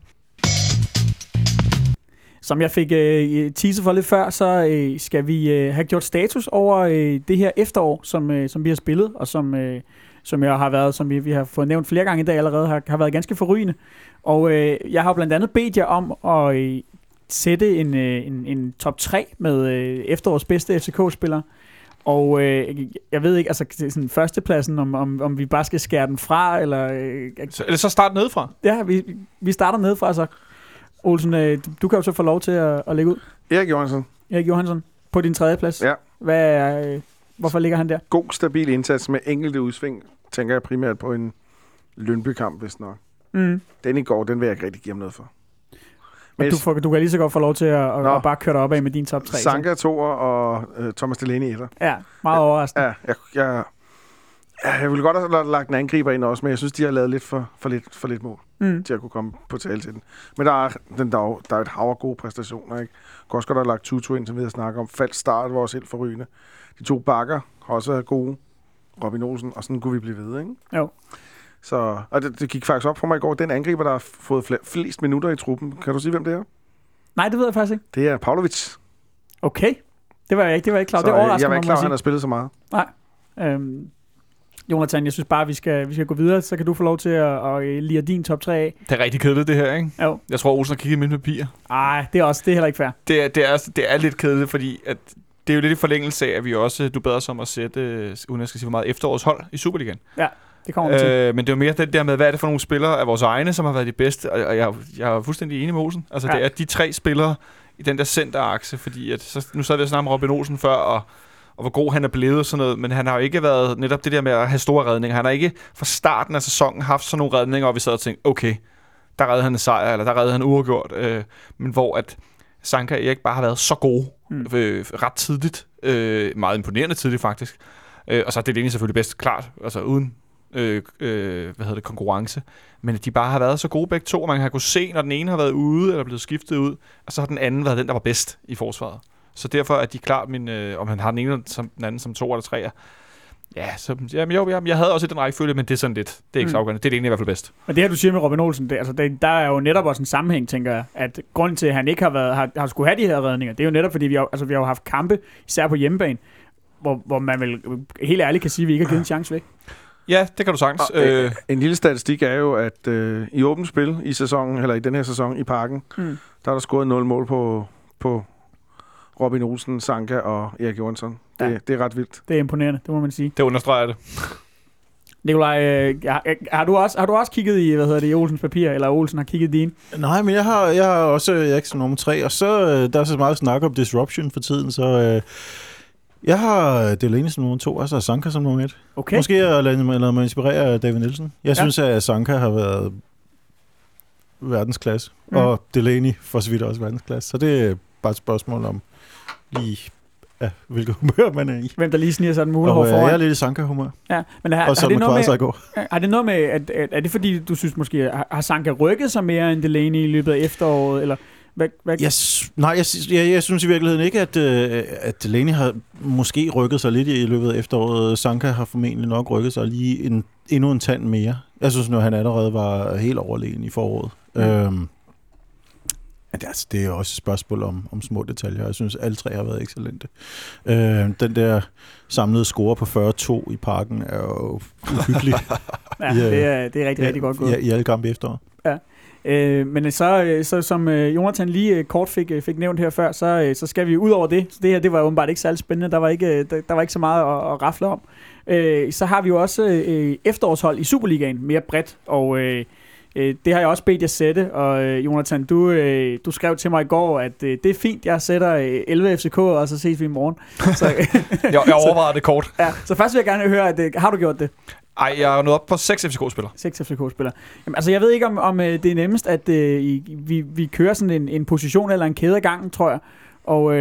Som jeg fik teaser for lidt før, så skal vi have gjort status over det her efterår, som vi har spillet, og som jeg har været, som vi har fået nævnt flere gange i dag allerede, har været ganske forrygende. Og jeg har blandt andet bedt jer om at sætte en top 3 med efterårets bedste FCK-spillere. Og jeg ved ikke, altså sådan førstepladsen, om vi bare skal skære den fra, eller... Så start nedefra? Ja, vi starter nedefra, så. Olsen, du kan jo så få lov til at lægge ud. Erik Johansson. På din 3. plads. Ja. Hvorfor ligger han der? God, stabil indsats med enkelte udsving. Tænker jeg primært på en Lyngby-kamp, hvis nok. Den i går, den vil jeg ikke rigtig give ham noget for. Men du kan lige så godt få lov til at bare køre dig op af med din top 3. Sanka 2'er og Thomas Delaney 1'er. Ja, meget overraskende. Ja, jeg ville godt have lagt en angriber ind også, men jeg synes, de har lavet lidt for lidt mål til at kunne komme på tale til den. Men der er et hav af gode præstationer, ikke? Kunne også godt have lagt Tutu ind, som vi har snakket om. Faldt start var også helt forrygende. De 2 bakker har også været gode. Robin Olsen, og sådan kunne vi blive ved, ikke? Jo. Så, og det gik faktisk op for mig i går. Den angriber, der har fået flest minutter i truppen. Kan du sige, hvem det er? Nej, det ved jeg faktisk ikke. Det er Pavlovic. Okay. Det var jeg ikke klar. Det overrasker mig. Jeg var ikke klar, at han har spillet så meget. Nej. Jonathan, jeg synes bare, vi skal gå videre. Så kan du få lov til at lire din top 3 af. Det er rigtig kedeligt, det her, ikke? Jo. Jeg tror, Olsen har kigget i mine papirer. Nej, det er heller ikke fair. Det er lidt kedeligt, fordi at det er jo lidt i forlængelse af, at vi også, du bad os om at sætte, uden jeg skal sige for meget, efterårets hold i Superligaen. Ja, det kommer til. Men det er jo mere det der med, hvad er det for nogle spillere af vores egne, som har været de bedste, og jeg er fuldstændig enig med Olsen. Altså det er de 3 spillere i den der centerakse, fordi at, nu sad vi snart med Robin Olsen før, og hvor god han er blevet og sådan noget, men han har jo ikke været netop det der med at have store redninger. Han har ikke fra starten af sæsonen haft sådan nogle redninger, og vi sad og tænkte, okay, der reddede han en sejr, eller der reddede han uafgjort. Men hvor at Sanka og Erik bare har været så gode ret tidligt. Meget imponerende tidligt, faktisk. Og så er Delaney selvfølgelig bedst, klart. Altså uden konkurrence. Men de bare har været så gode begge to, og man har kunne se, når den ene har været ude, eller blevet skiftet ud, og så har den anden været den, der var bedst i forsvaret. Så derfor er de klart, om han har den ene som den anden som 2 eller 3. Ja, så jeg havde også den rækkefølge, men det er sådan lidt. Det er ikke så afgørende. Det er det egentlig i hvert fald bedst. Og det her, du siger med Robin Olsen, der er jo netop også en sammenhæng, tænker jeg, at grunden til, at han ikke har skulle have de her redninger, det er jo netop, fordi vi har jo haft kampe, især på hjemmebane, hvor man vel helt ærligt kan sige, at vi ikke har givet en chance væk. Ja, det kan du sagtens. En lille statistik er jo, at i åbent spil i sæsonen, eller i den her sæson i Parken, der er der scoret 0 mål på Robin Olsen, Sanka og Erik Johansson. Det er ret vildt. Det er imponerende, det må man sige. Det understreger det. Nikolaj, har du også kigget i, Olsens papir, eller Olsen har kigget din? Nej, men jeg har også Eriksen nummer 3, og så der er så meget snak om disruption for tiden, så jeg har Delaney som nummer 2, og så Sanka som nummer 1. Okay. Måske jeg lader mig inspirere af David Nielsen. Jeg synes, at Sanka har været verdensklasse, og Delaney for så vidt også verdensklasse, så det er bare et spørgsmål om hvilket humør man er i. Hvem der lige sniger sig den mulighed foran. Jeg er lidt i Sanka-humør. Ja, men har det noget med, at er det fordi, du synes måske, har Sanka rykket sig mere end Delaney i løbet af efteråret, eller hvad? Jeg synes i virkeligheden ikke, at Delaney har måske rykket sig lidt i løbet af efteråret. Sanka har formentlig nok rykket sig lige endnu en tand mere. Jeg synes nu, han allerede var helt overlegen i foråret. Det er jo også et spørgsmål om små detaljer. Jeg synes, alle 3 har været excellente. Den der samlede score på 40-2 i Parken er jo uhyggelig. Det er rigtig, rigtig godt gået. I alle kampe efteråret. Ja. Men så som Jonathan lige kort fik nævnt her før, så skal vi ud over det. Så det her, det var åbenbart ikke særlig spændende. Der var ikke så meget at rafle om. Så har vi jo også efterårshold i Superligaen, mere bredt, og det har jeg også bedt jer sætte, og Jonathan, du skrev til mig i går, at det er fint, jeg sætter 11 FCK, og så ses vi i morgen. Så, jeg overvejede det kort. Ja, så først vil jeg gerne høre, har du gjort det? Ej, jeg er nået op på 6 FCK-spillere. 6 FCK-spillere. Jamen, altså, jeg ved ikke, om det er nemmest, at vi kører sådan en position eller en kæde ad gangen, tror jeg. Og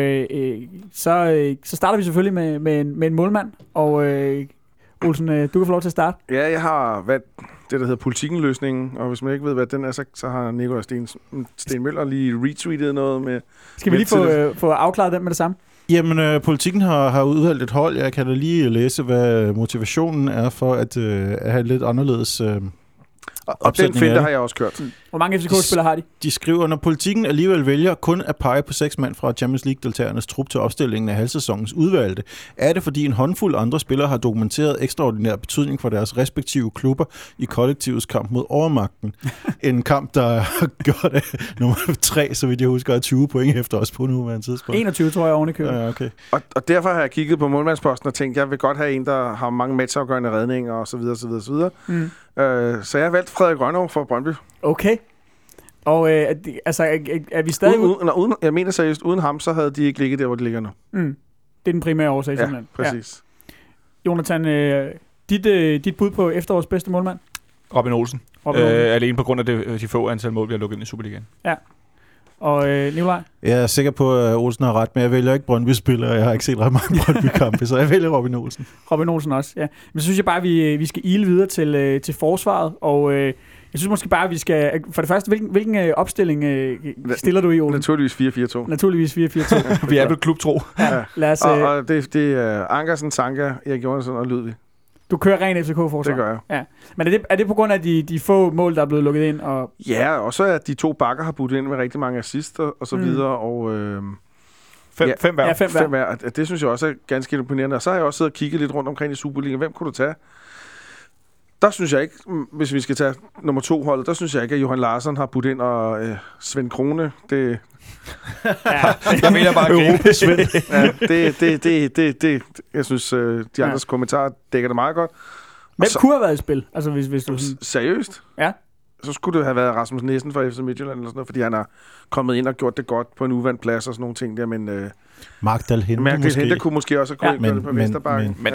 så starter vi selvfølgelig med en målmand, og Olsen, du kan få lov til at starte. Ja, jeg har valgt det, der hedder Politikken-løsningen, og hvis man ikke ved, hvad den er, så har Nikolaj Sten Møller lige retweetet noget med... Skal vi lige få afklaret den med det samme? Jamen, Politikken har udvalgt et hold. Jeg kan da lige læse, hvad motivationen er for at have lidt anderledes og den finte har jeg også kørt. Hvor mange FCK-spillere har de? De skriver, når Politikken alligevel vælger kun at pege på 6 mand fra Champions League-deltagernes trup til opstillingen af halvsæsonens udvalgte, er det fordi en håndfuld andre spillere har dokumenteret ekstraordinær betydning for deres respektive klubber i kollektivets kamp mod overmagten. En kamp, der har gjort af nummer 3, så vidt jeg husker, 20 point efter os på nuværende tidspunkt. 21, tror jeg, oven i købet. Ja, okay. Og derfor har jeg kigget på målmandsposten og tænkt, jeg vil godt have en, der har mange matchafgørende redninger og så videre, så videre, så videre. Så jeg har valgt Frederik Rønnow fra Brøndby. Okay. Og er vi stadig... Uden, jeg mener seriøst, uden ham, så havde de ikke ligget der, hvor de ligger nu. Det er den primære årsag, simpelthen. Ja, præcis. Ja. Jonathan, dit bud på efterårets bedste målmand? Robin Olsen. Alene på grund af de få antal mål, vi har lukket ind i Superligaen. Ja. Og Nikolaj? Jeg er sikker på, at Olsen har ret, men jeg vælger ikke Brøndby-spillere. Jeg har ikke set ret mange Brøndby-kampe, så jeg vælger Robin Olsen. Robin Olsen også, ja. Men så synes jeg bare, at vi skal ile videre til forsvaret, og jeg synes måske bare, at vi skal... For det første, hvilken opstilling stiller du i, Olsen? Naturligvis 4-4-2. Naturligvis 4-4-2. Vi er vel klubtro. Ja, lad os, og det er Ankersen, Sanka, Erik Johansson og Ludvig. Du kører ren FCK-forsvar? Det gør jeg. Ja. Men er det på grund af de få mål, der er blevet lukket ind? Og... Ja, og så at de 2 bakker har budt ind med rigtig mange assister og så videre. Og, 5 hver. Ja, 5 hver. Det synes jeg også er ganske imponerende. Og så har jeg også siddet og kigget lidt rundt omkring i Superligaen. Hvem kunne du tage? Der synes jeg ikke, hvis vi skal tage nummer 2 holdet, der synes jeg ikke, at Johan Larsson har budt ind, og Svend Krone, det... Jeg mener bare gribe Svend. Det, jeg synes, de andres kommentarer dækker det meget godt. Hvem kunne have været i spil? Altså, hvis du sådan... Seriøst? Ja. Så skulle det have været Rasmus Nielsen fra FC Midtjylland, eller sådan noget, fordi han har kommet ind og gjort det godt på en uvandt plads og sådan nogle ting der, men... Mark Dahlhente kunne måske også have gjort det på Vesterbakken. Men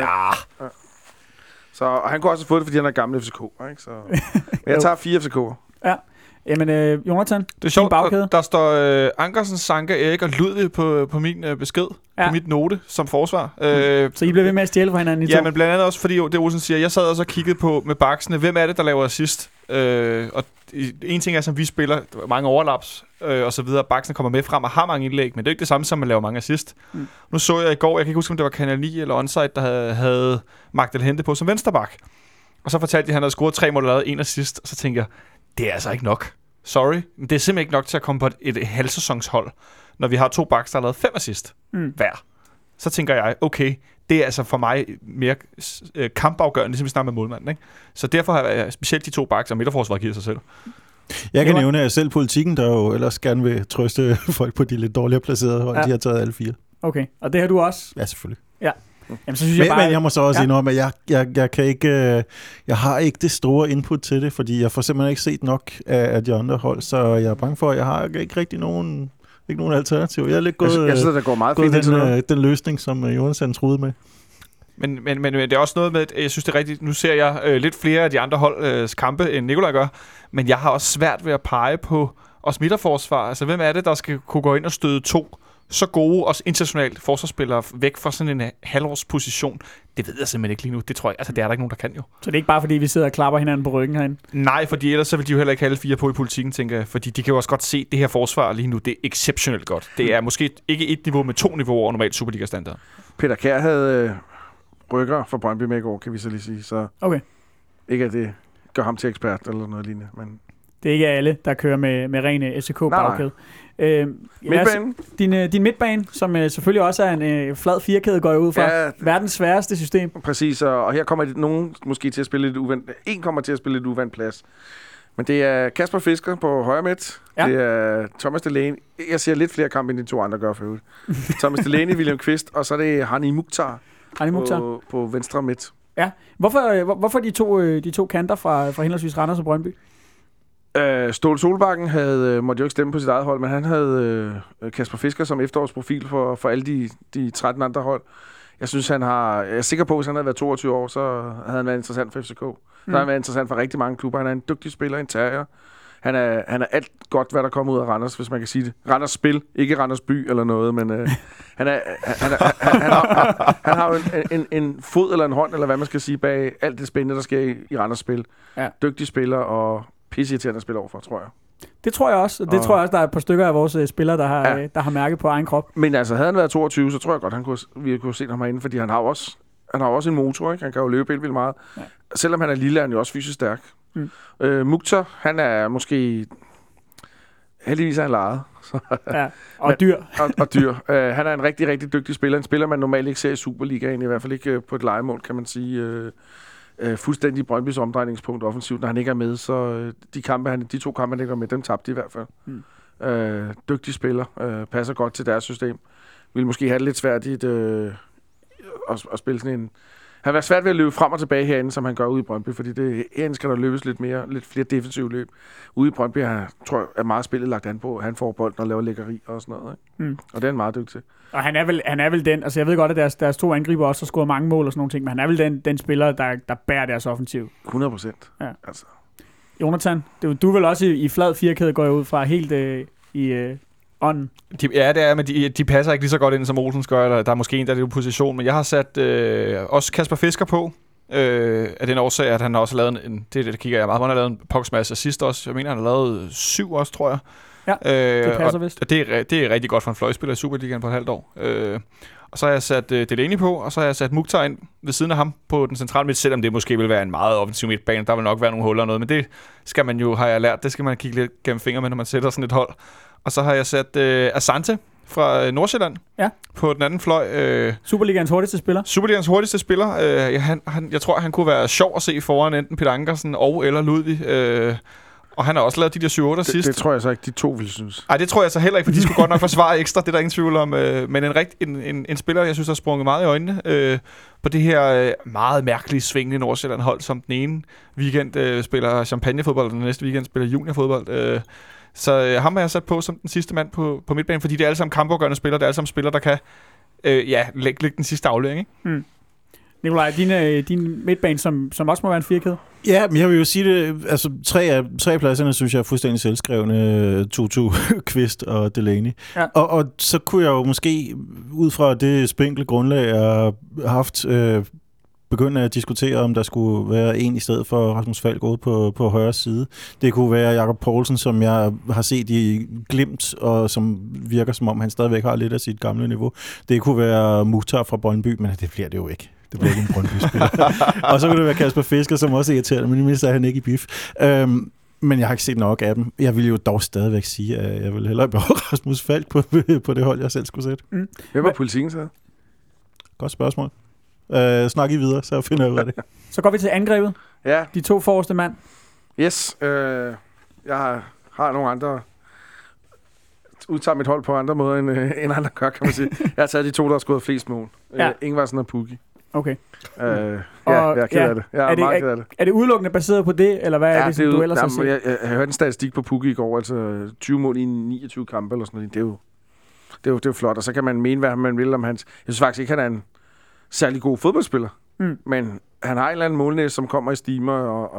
Så, og han kunne også have fået det, fordi han er gammel FCK'er, ikke? Så jeg tager 4 FCK'er. Ja. Jamen, Jonathan, det er sjovt, bagkæde. der står Ankersen, Sanka, Erik og Ludvig på min besked, på mit note som forsvar. Så I bliver ved med at stjæle for hinanden i to? Ja, men blandt andet også, fordi det Olsen siger, jeg sad og så kiggede på med baksene, hvem er det, der laver assist? Og en ting er, som vi spiller, mange overlaps og så videre, baksene kommer med frem og har mange indlæg, men det er ikke det samme som, man laver mange assist. Nu så jeg i går, jeg kan ikke huske, om det var Kanal 9 eller Onsite, der havde Mark Dahlhente på som vensterbak. Og så fortalte de, at han havde scoret 3 mål og lavet 1 assist, og så tænker jeg, det er altså ikke nok. Sorry, men det er simpelthen ikke nok til at komme på et halvsæsonshold, når vi har 2 backs, der har lavet 5 assist hver. Så tænker jeg, okay, det er altså for mig mere kampafgørende, ligesom vi snakker med målmanden, ikke? Så derfor har jeg specielt de 2 backs, og midterforsvaret giver sig selv. Jeg kan nævne, at selv Politikken, der jo ellers gerne vil trøste folk på de lidt dårligere placerede hold, de har taget alle 4. Okay, og det har du også? Ja, selvfølgelig. Ja. Jamen, så synes jeg bare... Men jeg må så også indrømme, at jeg kan ikke... Jeg har ikke det store input til det, fordi jeg får simpelthen ikke set nok af de andre hold, så jeg er bange for, at jeg har ikke rigtig nogen alternativ. Jeg er lidt gået, jeg synes, der går meget fint den løsning, som Jonathan troede med. Men det er også noget med, at jeg synes, det er rigtigt. Nu ser jeg lidt flere af de andre holds kampe, end Nikolaj gør, men jeg har også svært ved at pege på os midterforsvar. Altså, hvem er det, der skal kunne gå ind og støde 2 så gode, også internationalt forsvarsspillere væk fra sådan en halvårsposition? Det ved jeg simpelthen ikke lige nu. Det tror jeg, altså det er der ikke nogen, der kan jo. Så det er ikke bare, fordi vi sidder og klapper hinanden på ryggen herinde? Nej, fordi ellers så vil de jo heller ikke have alle 4 på i Politikken, tænker jeg. Fordi de kan jo også godt se, at det her forsvar lige nu, det er exceptionelt godt. Det er måske ikke 1 niveau, med 2 niveauer over normalt Superliga-standard. Peter Kjær havde rykker for Brøndby med i går, kan vi så lige sige. Så okay. Ikke at det gør ham til ekspert eller noget lignende, men... Det er ikke alle, der kører med ren FCK-bagkæde. Midtbanen? Din midtbane, som selvfølgelig også er en flad firkæde, går jeg ud fra. Ja, verdens sværeste system. Præcis, og her kommer nogen måske til at spille lidt uvandt. En kommer til at spille lidt uvandt plads. Men det er Kasper Fisker på højre midt. Ja. Det er Thomas Delaney. Jeg ser lidt flere kampe, end de 2 andre gør for øvrigt. Thomas Delaney, William Kvist, og så er det Hani Mukhtar på venstre midt. Ja. Hvorfor de to kanter fra henholdsvis Randers og Brøndby? Ståle Solbakken måtte jo ikke stemme på sit eget hold, men han havde Kasper Fisker som efterårsprofil for alle de 13 andre hold. Jeg synes, jeg er sikker på, at hvis han havde været 22 år, så havde han været interessant for FCK. Så har han været interessant for rigtig mange klubber. Han er en dygtig spiller, en terrier. Han er alt godt, hvad der kommer ud af Randers, hvis man kan sige det. Randers spil, ikke Randers by eller noget, men han har jo en fod eller en hånd, eller hvad man skal sige, bag alt det spændende, der sker i Randers spil. Ja. Dygtig spiller og pisseirriterende at spille overfor, tror jeg. Det tror jeg også. Det tror jeg også, der er et par stykker af vores spillere, der har mærket på egen krop. Men altså, havde han været 22, så tror jeg godt, vi kunne se ham herinde, fordi han har jo også en motor, ikke? Han kan jo løbe helt vildt meget. Ja. Selvom han er lille, er han jo også fysisk stærk. Mukhtar, han er måske... Heldigvis er han lejet. Ja, og dyr. og dyr. Han er en rigtig, rigtig dygtig spiller. En spiller, man normalt ikke ser i Superligaen, i hvert fald ikke på et lejemål, kan man sige. Fuldstændig Brøndbys omdrejningspunkt offensivt, når han ikke er med, så de 2 kampe, han ikke var med, dem tabte de i hvert fald. Dygtig spiller, passer godt til deres system. Vil måske have det lidt svært at spille sådan en... Han har været svært ved at løbe frem og tilbage herinde, som han gør ude i Brøndby, fordi herinde skal der løbes lidt flere defensive løb. Ude i Brøndby tror jeg, er meget spillet lagt an på. Han får bolden og laver lækkeri og sådan noget. Ikke? Og det er han meget dygtig til. Og han er vel den, altså jeg ved godt, at deres 2 angriber også har scoret mange mål og sådan nogle ting, men han er vel den spiller, der bærer deres offensiv. 100%. Ja. Altså. Jonathan, du er vel også i flad firkæde, går jeg ud fra, helt i ånden. Ja, det er, men de passer ikke lige så godt ind, som Olsens gør, eller der er måske en, der er i position, men jeg har sat også Kasper Fisker på, af den årsag, at han har også lavet det kigger jeg meget på, han har lavet en poksmasse assist også. Jeg mener, han har lavet 7 også, tror jeg. Ja, det passer vist. Og det er rigtig godt for en fløjspiller i Superligaen på et halvt år. Og så har jeg sat Delaney på, og så har jeg sat Mukhtar ind ved siden af ham på den centrale midt, selvom det måske vil være en meget offensiv midtbane. Der vil nok være nogle huller og noget, men det skal man jo, har jeg lært, det skal man kigge lidt gennem fingre med, når man sætter sådan et hold. Og så har jeg sat Asante fra Nordsjælland. Ja. På den anden fløj. Superligaens hurtigste spiller. Superligaens hurtigste spiller. Jeg tror, han kunne være sjov at se foran enten Peter Ankersen eller Ludvig. Og han har også lavet de der 7-8 sidst. Det tror jeg så ikke, de to vil synes. Nej, det tror jeg så heller ikke, for de skulle godt nok forsvare ekstra. Det er der ingen tvivl om. Men en spiller, jeg synes, har sprunget meget i øjnene på det her meget mærkelige svingende Nordsjælland-hold, som den ene weekend spiller champagnefodbold, og den næste weekend spiller juniorfodbold. Så ham har jeg sat på som den sidste mand på midtbanen, fordi det er alle sammen kampafgørende spillere. Det er alle sammen spillere, der kan lægge den sidste aflevering, ikke? Mm. Nikolaj, din midtbane, som også må være en firkæde? Ja, men jeg vil jo sige det, altså tre pladserne, synes jeg er fuldstændig selvskrevne, Tutu, Kvist og Delaney. Ja. Og så kunne jeg jo måske, ud fra det spinkle grundlag, jeg har haft, begynde at diskutere, om der skulle være en i stedet for Rasmus Falk ude på højre side. Det kunne være Jakob Poulsen, som jeg har set i Glimt, og som virker som om, han stadigvæk har lidt af sit gamle niveau. Det kunne være Mukhtar fra Brøndby, men det bliver det jo ikke. Det bliver ikke en Brøndby-spiller. Og så kunne det være Kasper Fisker, som også er irriterende, men i mindst er han ikke i bif. Men jeg har ikke set nok af dem. Jeg vil jo dog stadigvæk sige, at jeg vil hellere beholde Rasmus Falk på det hold, jeg selv skulle sætte. Mm. Hvem var politikken så? Godt spørgsmål. Snak I videre, så finder jeg ud af det. Så går vi til angrebet. Ja. De to forreste mand. Yes. Jeg har nogle andre... udtager mit hold på andre måder, end andre gør, kan man sige. Jeg har taget de to, der har skåret flest mål. Ja. Ingvarsen og Pukki. Okay. Jeg er ked af det. Jeg er meget ked af det. Er det udelukkende baseret på det, eller hvad er det, som du ellers har set? Jeg hørte en statistik på Pukki i går, altså 20 mål i 29 kampe eller sådan noget. Det er jo flot, og så kan man mene, hvad man vil om hans... Jeg synes faktisk ikke, han er en særlig god fodboldspiller, men han har en eller anden målnæs, som kommer i stimer,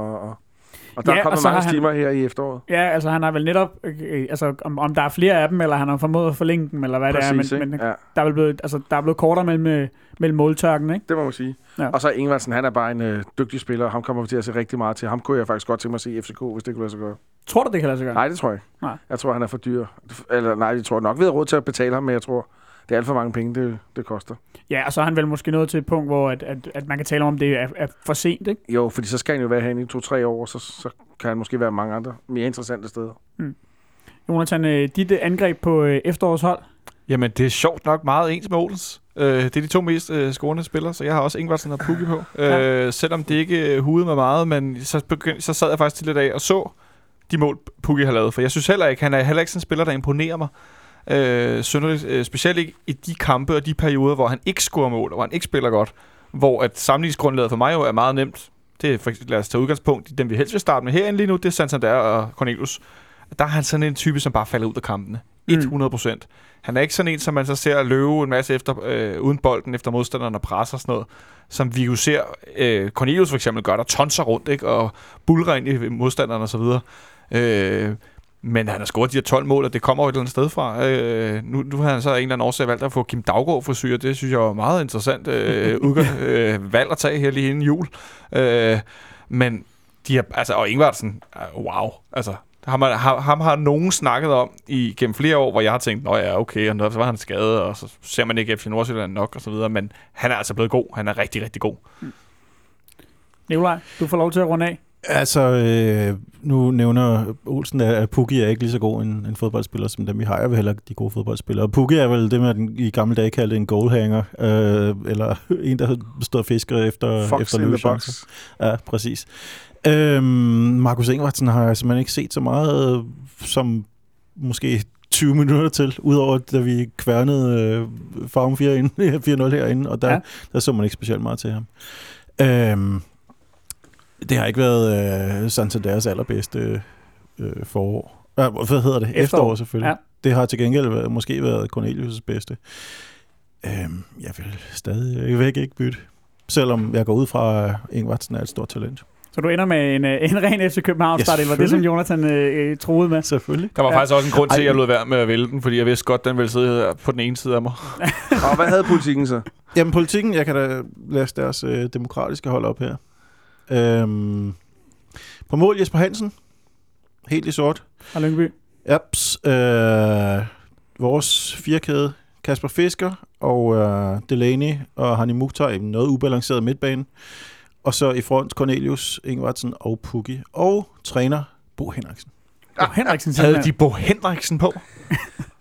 og der er kommet mange stimer her i efteråret. Ja, altså han har vel netop, om der er flere af dem, eller han har formået at forlænge dem, eller hvad præcis, det er, men der er blevet kortere mellem måltørken, ikke? Det må man sige. Ja. Og så Ingvarsen, han er bare en dygtig spiller, og ham kommer vi til at se rigtig meget til. Ham kunne jeg faktisk godt tænke mig at se i FCK, hvis det kunne lade sig gøre. Tror du, det kan lade sig gøre? Nej, det tror jeg ikke. Nej. Jeg tror, han er for dyr. Eller nej, jeg tror nok, vi har råd til at betale ham, men jeg tror, det er alt for mange penge, det koster. Ja, og så er han vel måske nået til et punkt, hvor at man kan tale om, det er for sent, ikke? Jo, fordi så skal han jo være herinde i 2-3 år, så kan han måske være mange andre mere interessante steder. Mm. Jonathan, dit angreb på efterårshold? Jamen, det er sjovt nok meget ens med Olens. Det er de to mest scorende spillere, så jeg har også Ingvarsen og Pukki på. Selvom det ikke hudede mig meget, men så sad jeg faktisk til lidt af og så de mål, Pukki har lavet. For jeg synes heller ikke, han er heller ikke sådan en spiller, der imponerer mig. Specielt ikke i de kampe og de perioder, hvor han ikke scorer mål, hvor han ikke spiller godt. Hvor at sammenligningsgrundlaget for mig jo er meget nemt. Det er faktisk, lad os tage udgangspunkt i dem, vi helst vil starte med herinde lige nu, det er Santander og Cornelius. Der er han sådan en type, som bare falder ud af kampene. 100%. Han er ikke sådan en, som man så ser løbe en masse efter, uden bolden efter modstanderen og presser og sådan noget, som vi jo ser Cornelius for eksempel gør, der tonser rundt, ikke? Og buldrer ind i modstanderen og så videre. Men han har scoret de her 12 mål, og det kommer jo et eller andet sted fra. Nu har han så en eller anden årsag valgt at få Kim Daugaard frisyr. Det synes jeg var meget interessant valg at tage her lige inden jul. Men de har, altså, og Ingvartsen, wow. Altså, ham har nogen snakket om gennem flere år, hvor jeg har tænkt, nå ja, okay, og så var han skadet, og så ser man ikke FC Nordsjælland nok, og så videre. Men han er altså blevet god. Han er rigtig, rigtig god. Nikolaj, du får lov til at runde af. Altså, nu nævner Olsen, at Pukki er ikke lige så god en fodboldspiller, som dem vi har. Jeg vil heller de gode fodboldspillere. Og Pukki er vel det, man i gamle dage kaldte en goalhanger, eller en, der stod og fisker efter løbechancer. Ja, præcis. Markus Ingvartsen har jeg simpelthen ikke set så meget som måske 20 minutter til, udover da vi kværnede Farm 4-0 herinde, og der så man ikke specielt meget til ham. Det har ikke været Santanders allerbedste forår. Hvad hedder det? Efterår selvfølgelig. Ja. Det har til gengæld måske været Cornelius' bedste. Jeg vil stadigvæk ikke bytte, selvom jeg går ud fra, at Ingvartsen er et stort talent. Så du ender med en ren FC København-start, det var det, som Jonathan troede med? Selvfølgelig. Der var faktisk også en grund til, at jeg lod være med at vælge den, fordi jeg vidste godt, den ville sidde på den ene side af mig. Og hvad havde politikken så? Jamen politikken, jeg kan da læse deres demokratiske hold op her. På mål Jesper Hansen, helt i sort. Og Lyngby. Japs. Vores firkæde, Kasper Fisker og Delaney og Hani Mukhtar i noget ubalanceret midtbane. Og så i front Cornelius, Ingvartsen og Pukki. Og træner Bo Henriksen. Bo Henriksen havde de Bo Henriksen på?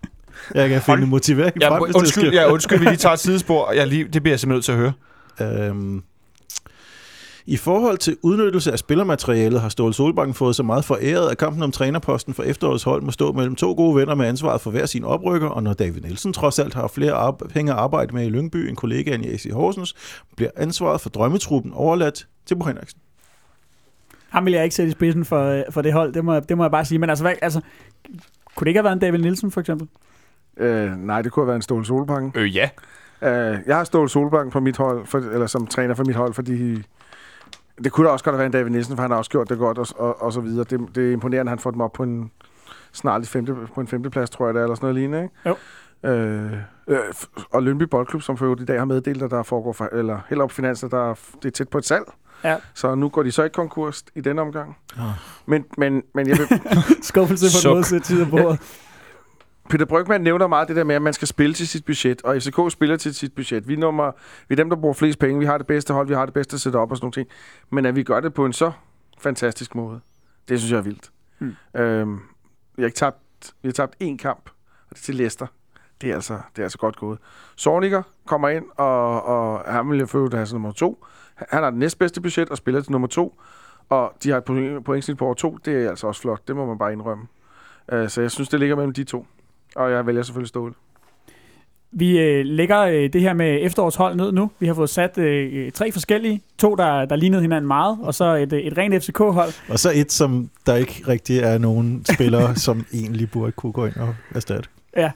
Jeg kan finde motivering frem. Undskyld, vi lige tager et sidespor. Det bliver jeg simpelthen nødt til at høre. I forhold til udnyttelse af spillermaterialet har Ståle Solbakken fået så meget foræret, at kampen om trænerposten for efterårets hold må stå mellem to gode venner med ansvaret for hver sin oprykker, og når David Nielsen trods alt har flere penge at arbejde med i Lyngby end kollegaen i AC Horsens, bliver ansvaret for drømmetruppen overladt til Bo Henriksen. Ham vil jeg ikke sætte i spidsen for det hold, det må jeg bare sige. Men altså, kunne det ikke have været en David Nielsen, for eksempel? Nej, det kunne have været en Ståle Solbakken. Ja. Jeg har Ståle Solbakken på mit hold, eller som træner for mit hold, fordi det kunne da også godt have været en David Nielsen, for han har også gjort det godt, og så videre. Det er imponerende, at han får dem op på en femteplads, tror jeg det er, eller sådan noget lignende, ikke? Jo. Og Lyngby Boldklub, som for i dag har meddelt, at der foregår, eller helt op finanser, det er tæt på et salg. Ja. Så nu går de så ikke konkurs i denne omgang. Men jeg vil... Skuffelse på den måde tid af bordet. Peter Brygmann nævner meget det der med, at man skal spille til sit budget, og FCK spiller til sit budget. Vi er dem, der bruger flest penge, vi har det bedste hold, vi har det bedste setup og sådan nogle ting. Men at vi gør det på en så fantastisk måde, det synes jeg er vildt. Vi har tabt én kamp, og det er til Leicester. Det er altså godt gået. Zorniger kommer ind, og han vil jo føle, at han er nummer 2. Han har det næstbedste budget og spiller til nummer 2, og de har et pointsnit på over 2. Det er altså også flot, det må man bare indrømme. Så jeg synes, det ligger mellem de to. Og jeg vælger selvfølgelig Ståle. Vi lægger det her med efterårshold ned nu. Vi har fået sat 3 forskellige. 2, der lignede hinanden meget, og så et rent FCK-hold. Og så et, som der ikke rigtig er nogen spillere, som egentlig burde kunne gå ind og erstatte. Ja.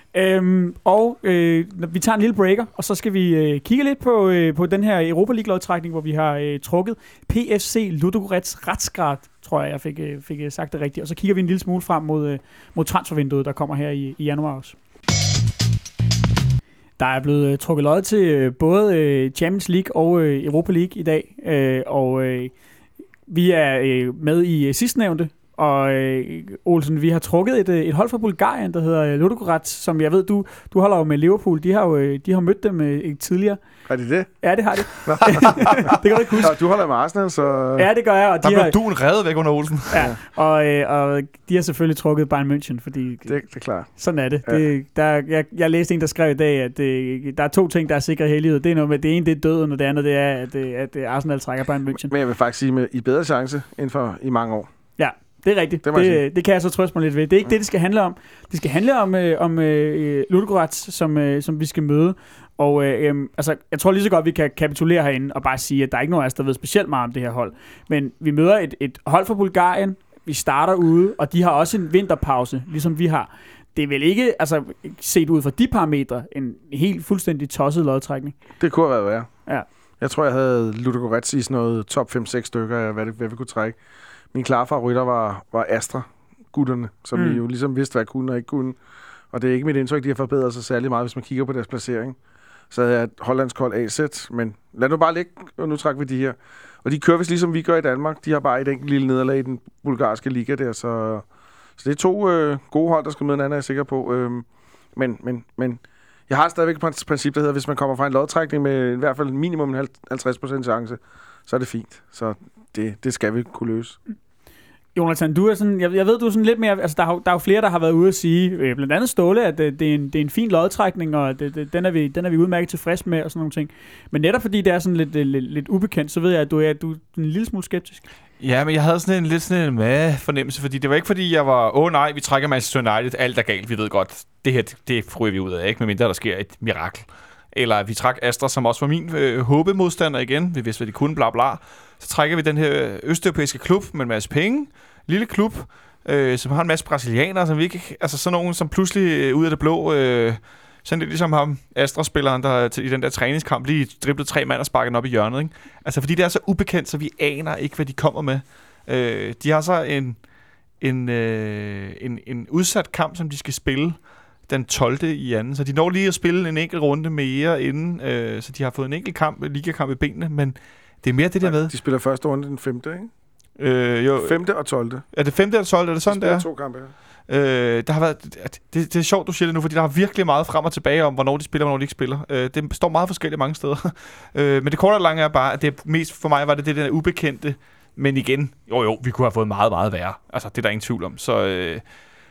Vi tager en lille breaker, og så skal vi kigge lidt på den her Europa League-lodtrækning, hvor vi har trukket PFC Ludogorets Retsgrad, tror jeg fik sagt det rigtigt. Og så kigger vi en lille smule frem mod transfervinduet, der kommer her i januar også. Der er blevet trukket lod til både Champions League og Europa League i dag, og vi er med i sidstnævnte. Og Olsen, vi har trukket et hold fra Bulgarien, der hedder Ludogorets, som jeg ved, du holder jo med Liverpool. De har mødt dem tidligere. Har de det? Ja, det har de. Det kan du ikke huske. Ja, du holder med Arsenal, så... Ja, det gør jeg. Og der blev duen revet væk under Olsen. Ja, og de har selvfølgelig trukket Bayern München, fordi... Det er klart. Sådan er det. Ja. Jeg læste en, der skrev i dag, at der er 2 ting, der er sikre her i livet. Det er noget med, det ene, det er døden, og det andet, det er, at Arsenal trækker Bayern München. Men jeg vil faktisk sige, at I bedre chance end for i mange år. Ja. Det er rigtigt. Det kan jeg så trøste mig lidt ved. Det er ikke det skal handle om. Det skal handle om Ludogorets, som vi skal møde. Og jeg tror lige så godt, vi kan kapitulere herinde og bare sige, at der er ikke nogen af os, der ved specielt meget om det her hold. Men vi møder et hold fra Bulgarien. Vi starter ude, og de har også en vinterpause, ligesom vi har. Det er vel ikke, set ud fra de parametre, en helt fuldstændig tosset lodtrækning. Det kunne have været værre. Ja. Jeg tror, jeg havde Ludogorets i sådan noget top 5-6 stykker, hvad vi kunne trække. Min klare favoritter var Astra-gutterne, som vi jo ligesom vidste, hvad kunne og ikke kunne. Og det er ikke mit indtryk, de har forbedret sig særlig meget, hvis man kigger på deres placering. Så havde jeg et hollandsk hold AZ, men lad nu bare ligge, og nu trækker vi de her. Og de kører vist ligesom vi gør i Danmark. De har bare et enkelt lille nederlag i den bulgarske liga der, så det er 2 gode hold, der skal møde hinanden, er jeg sikker på. Men jeg har stadigvæk et princip, der hedder, hvis man kommer fra en lodtrækning med i hvert fald minimum 50% chance, så er det fint. Så det skal vi kunne løse. Jonathan, du er sådan, jeg ved, du er sådan lidt mere, der er jo flere, der har været ude at sige, blandt andet Ståle, at det er en fin lodtrækning, og den er vi udmærket tilfreds med, og sådan nogle ting. Men netop fordi det er sådan lidt ubekendt, så ved jeg, at du er en lille smule skeptisk. Ja, men jeg havde sådan en fornemmelse, fordi det var ikke fordi, jeg var, nej, vi trækker Manchester United, alt er galt, vi ved godt, det her, det ryger vi ud af, ikke? Medmindre der sker et mirakel. Eller vi trækker Astra, som også var min håbemodstander igen. Vi vidste, hvad de kunne, bla bla. Så trækker vi den her østeuropæiske klub med en masse penge. Lille klub, som har en masse brasilianere, som vi ikke... Altså sådan nogen, som pludselig ud af det blå... sådan lidt ligesom ham, Astra-spilleren, der i den der træningskamp lige driblede 3 mand og sparkede den op i hjørnet, ikke? Altså fordi det er så ubekendt, så vi aner ikke, hvad de kommer med. De har så en udsat kamp, som de skal spille den 12. i anden. Så de når lige at spille en enkelt runde mere inden, så de har fået en enkelt ligakamp i benene, men det er mere det der med. De spiller første runde den 5. ikke? Jo. 5. og 12. Er det 5. eller 12. Er det sådan, der? Det er? 2 kampe, der har været, det er sjovt, du siger det nu, fordi der har virkelig meget frem og tilbage om, hvornår de spiller og hvornår de ikke spiller. Det står meget forskelligt mange steder. Men det korte og lange er bare, at det mest for mig var det der ubekendte, men igen, jo, vi kunne have fået meget, meget værre. Altså, det er der ingen tvivl om. Så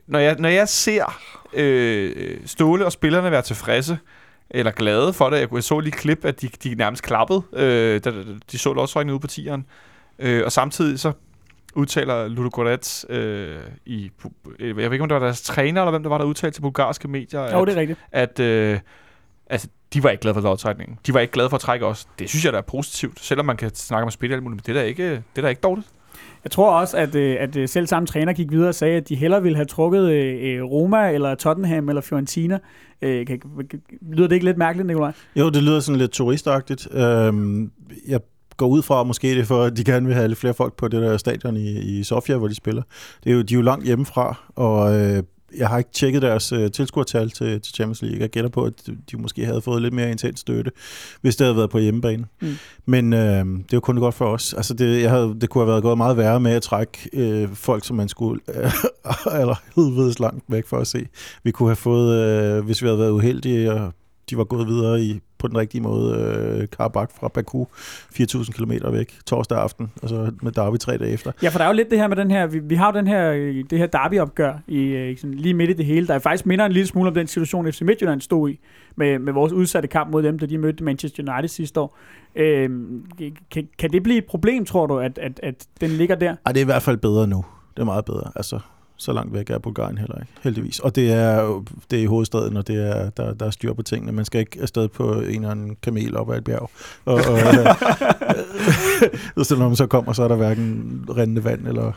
når jeg ser Ståle og spillerne være tilfredse, eller glade for det. Jeg så lige klip, at de nærmest klappede, da de så lodtrækningen ude på tieren. Og samtidig så udtaler Ludogorets jeg ved ikke, om det var deres træner, eller hvem der var, der udtalte til bulgarske medier, Jo, det er rigtigt. At de var ikke glade for lodtrækningen. De var ikke glade for at trække os. Det synes jeg, der er positivt, selvom man kan snakke om spil alt muligt, men det er da ikke dårligt. Jeg tror også, at selv samme træner gik videre og sagde, at de hellere ville have trukket Roma, eller Tottenham, eller Fiorentina. Lyder det ikke lidt mærkeligt, Nikolaj? Jo, det lyder sådan lidt turistagtigt. Jeg går ud fra, måske det er for, at de gerne vil have lidt flere folk på det der stadion i Sofia, hvor de spiller. De er jo langt hjemmefra, og jeg har ikke tjekket deres tilskuertal til Champions League. Jeg gætter på, at de måske havde fået lidt mere intens støtte, hvis det havde været på hjemmebane. Men det er jo kun godt for os. Altså det kunne have været gået meget værre med at trække folk, som man skulle helvedes langt væk for at se. Vi kunne have fået, hvis vi havde været uheldige, og de var gået videre på den rigtige måde, Karabakh fra Baku, 4.000 kilometer væk, torsdag aften, og så med derby 3 dage efter. Ja, for der er jo lidt det her med den her, vi har jo det her derbyopgør sådan lige midt i det hele, der faktisk minder en lille smule om den situation, FC Midtjylland stod i, med vores udsatte kamp mod dem, da de mødte Manchester United sidste år. Kan det blive et problem, tror du, at den ligger der? Ej, det er i hvert fald bedre nu. Det er meget bedre, altså. Så langt væk er Bulgarien heller ikke, heldigvis. Og det er i hovedstaden, og der er styr på tingene. Man skal ikke afsted på en eller anden kamel op ad et bjerg. Så når man så kommer, så er der hverken rindende vand, eller...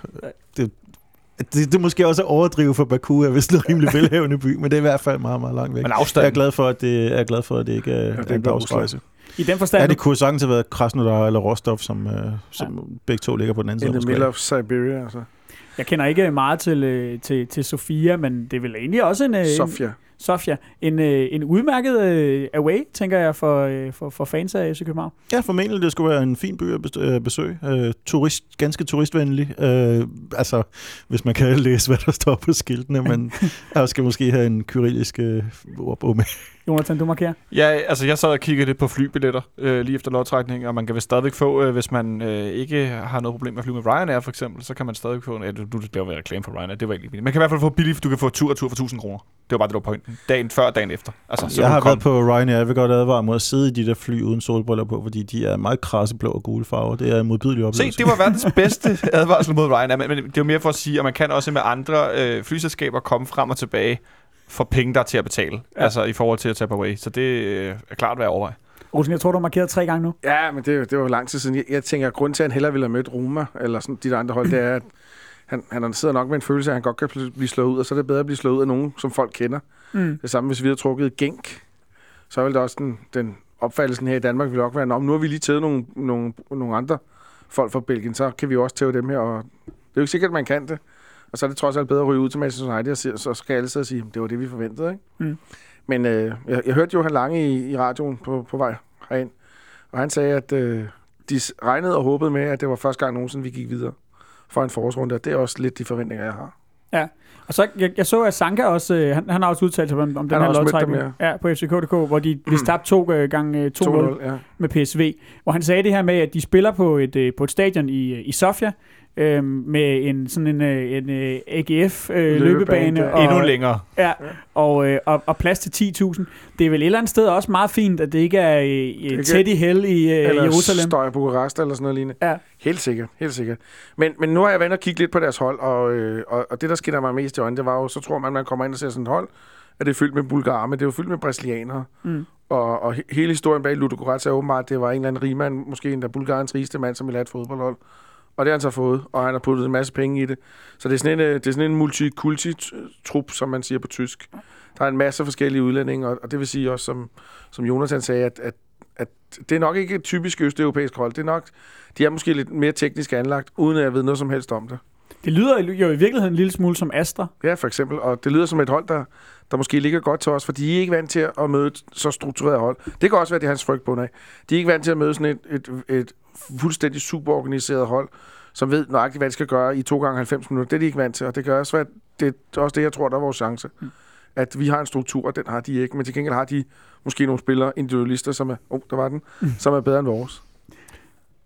Det er måske også at overdrive for Baku, hvis det er rimelig velhavende by, men det er i hvert fald meget, meget langt væk. Men afstanden... Jeg er glad for, at det ikke er en dagsrejse. I den forstand... Ja, det kunne sagtens have været Krasnodar eller Rostov, som begge to ligger på den anden side. In the middle of Siberia, altså. Jeg kender ikke meget til Sofia, men det er vel egentlig også Sofia. En udmærket away, tænker jeg, for fans af FC København. Ja, formentlig det skulle være en fin by at besøge. Ganske turistvenlig. Altså, hvis man kan læse, hvad der står på skiltene, men jeg skal måske have en kyrillisk ordbog med. Jonathan, du markerer? Ja, altså jeg sad og kiggede lidt på flybilletter lige efter lodtrækning, og man kan vist stadigvæk få, hvis man ikke har noget problem med at flyve med Ryanair for eksempel, så kan man stadig få, nu det var reklame for Ryanair, det var ikke billigt. Man kan i hvert fald få billigt, du kan få tur for 1.000 kroner. Det var bare det, der var pointen. Dagen før og dagen efter. Altså, jeg har været på Ryanair, jeg vil godt advare mod at sidde i de der fly uden solbriller på, fordi de er meget krasse blå og gule farver. Det er en modbydelig oplevelse. Se, det var verdens bedste advarsel mod Ryanair, men det er jo mere for at sige, at man kan også med andre flyselskaber komme frem og tilbage for penge, der er til at betale. Ja. Altså i forhold til at tage på away. Så det er klart, hvad jeg overvejer. Rosen, jeg tror, du har markeret 3 gange nu. Ja, men det var lang tid siden. Jeg tænker, at grunden til, at han hellere ville have mødt Roma, eller sådan de der andre hold, det er, at han sidder nok med en følelse af, at han godt kan blive slået ud, og så er det bedre at blive slået ud af nogen, som folk kender. Det samme, hvis vi havde trukket Genk, så ville det også den opfattelsen her i Danmark ville nok være, nu har vi lige taget nogle andre folk fra Belgien, så kan vi også tage dem her, og det er jo ikke sikkert, at man kan det. Og så er det trods alt bedre at ryge ud til Manchester United, og så skal alle sidde og sige, det var det, vi forventede, ikke? Men jeg hørte Johan Lange i radioen på vej herind, og han sagde, at de regnede og håbede med, at det var første gang nogensinde, vi gik videre for en forårsrunde, og det er også lidt de forventninger, jeg har. Ja. Og så jeg så, at Sanka også, han har også udtalt sig om den her lodtrækning på FCK.dk, hvor de tabte 2 gange 2-0 med PSV, hvor han sagde det her med, at de spiller på et stadion i Sofia, med en AGF løbebane og endnu længere. Ja, og plads til 10.000. Det er vel et eller andet sted også meget fint, at det ikke er tæt i hell i Jerusalem. Eller støj på Bukarest eller sådan noget lignende. Ja. Helt sikkert. Men nu har jeg været og kigge lidt på deres hold, og det, der skinner mig mest i øjnene, det var jo, så tror man kommer ind og ser sådan et hold, at det er fyldt med bulgarer, men det er jo fyldt med brasilianere. Og hele historien bag Ludogorets er åbenbart, det var en eller anden rigmand, måske en af Bulgariens rigeste mand, som ville have et fodboldhold. Og det har han så fået, og han har puttet en masse penge i det. Så det er sådan en multikulti-trup, som man siger på tysk. Der er en masse forskellige udlændinge, og det vil sige også, som Jonathan sagde, at det er nok ikke et typisk østeuropæisk hold. Det er nok, de er måske lidt mere teknisk anlagt, uden at jeg ved noget som helst om det. Det lyder jo i virkeligheden en lille smule som Astra. Ja, for eksempel. Og det lyder som et hold, der måske ligger godt til os, for de er ikke vant til at møde et så struktureret hold. Det kan også være, det er hans frygt på af. De er ikke vant til at møde sådan et fuldstændig superorganiseret hold, som ved nøjagtigt, hvad de skal gøre i 2 gange 90 minutter. Det er de ikke vant til, og det gør også, det er også det, jeg tror, der er vores chance. At vi har en struktur, og den har de ikke. Men til gengæld har de måske nogle spillere, individualister, som er, som er bedre end vores.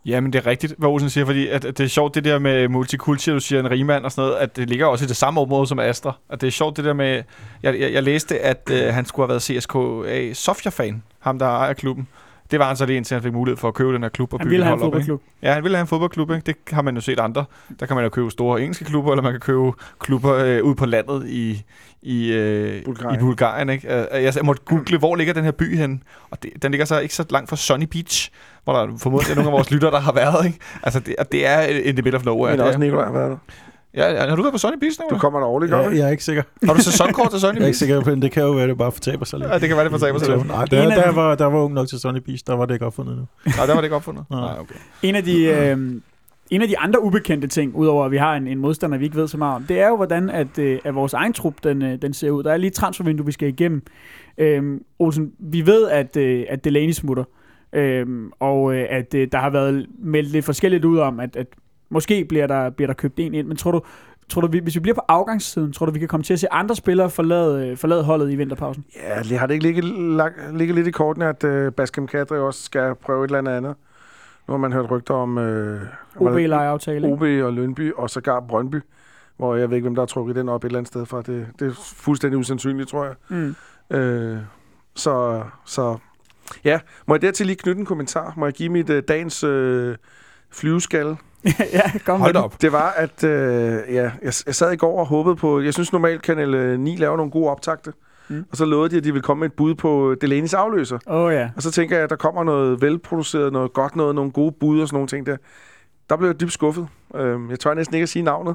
Jamen, det er rigtigt, hvad Olsen siger, fordi at det er sjovt, det der med multikultur, du siger, en rigmand og sådan noget, at det ligger også i det samme område som Astra. At det er sjovt, det der med... Jeg læste, at han skulle have været CSKA Sofia-fan, ham der ejer klubben. Det var han så lige indtil han fik mulighed for at købe den her klub og bygge en hold op. Han ville have en fodboldklub. Ja, han ville have en fodboldklub, ikke? Det har man jo set andre. Der kan man jo købe store engelske klubber, eller man kan købe klubber ude på landet i Bulgarien, ikke? Jeg måtte google, hvor ligger den her by henne, og den ligger så ikke så langt fra Sunny Beach, hvor der formodentlig er nogle af vores lyttere, der har været, ikke? Altså, det er in the middle of nowhere. Men også Nikolaj har været der. Ja, har du været på Sunny Beach nu? Du kommer der årligt, ikke? Jeg er ikke sikker. Har du sæsonkort til Sunny Beach? Jeg er ikke sikker på det. Det kan jo være, det bare fortaber sig lidt. Ja, det kan være, det fortaber sig lidt. Nej, der var ung nok til Sunny Beach. Der var det ikke opfundet nu. Nej, der var det ikke opfundet. Nej, okay. En af de andre ubekendte ting, udover at vi har en modstander, vi ikke ved så meget om, det er jo, hvordan at vores egen trup den ser ud. Der er lige et transfervindue, vi skal igennem. Olsen, vi ved, at Delaney smutter, og at der har været meldt lidt forskelligt ud om, at måske bliver der købt en ind, men tror du, hvis vi bliver på afgangssiden, tror du, vi kan komme til at se andre spillere forlade holdet i vinterpausen? Ja, det har det ikke ligget lidt i kortene, at Baskem Kadri også skal prøve et eller andet. Nu har man hørt rygter om OB-lejeaftale. OB og Lønby og sågar Brøndby, hvor jeg ved ikke, hvem der har trukket den op et eller andet sted fra. Det er fuldstændig usandsynligt, tror jeg. Så ja, må jeg dertil lige knytte en kommentar? Må jeg give mit dagens flyveskalle? Ja, kom hold op. Det var, at jeg sad i går og håbede på... Jeg synes normalt, Kanal 9 laver nogle gode optagte. Og så lovede de, at de ville komme med et bud på Delaneys afløser. Ja. Og så tænker jeg, at der kommer noget velproduceret, noget godt noget, nogle gode bud og sådan nogle ting der. Der blev jeg dybt skuffet. Jeg tør næsten ikke at sige navnet.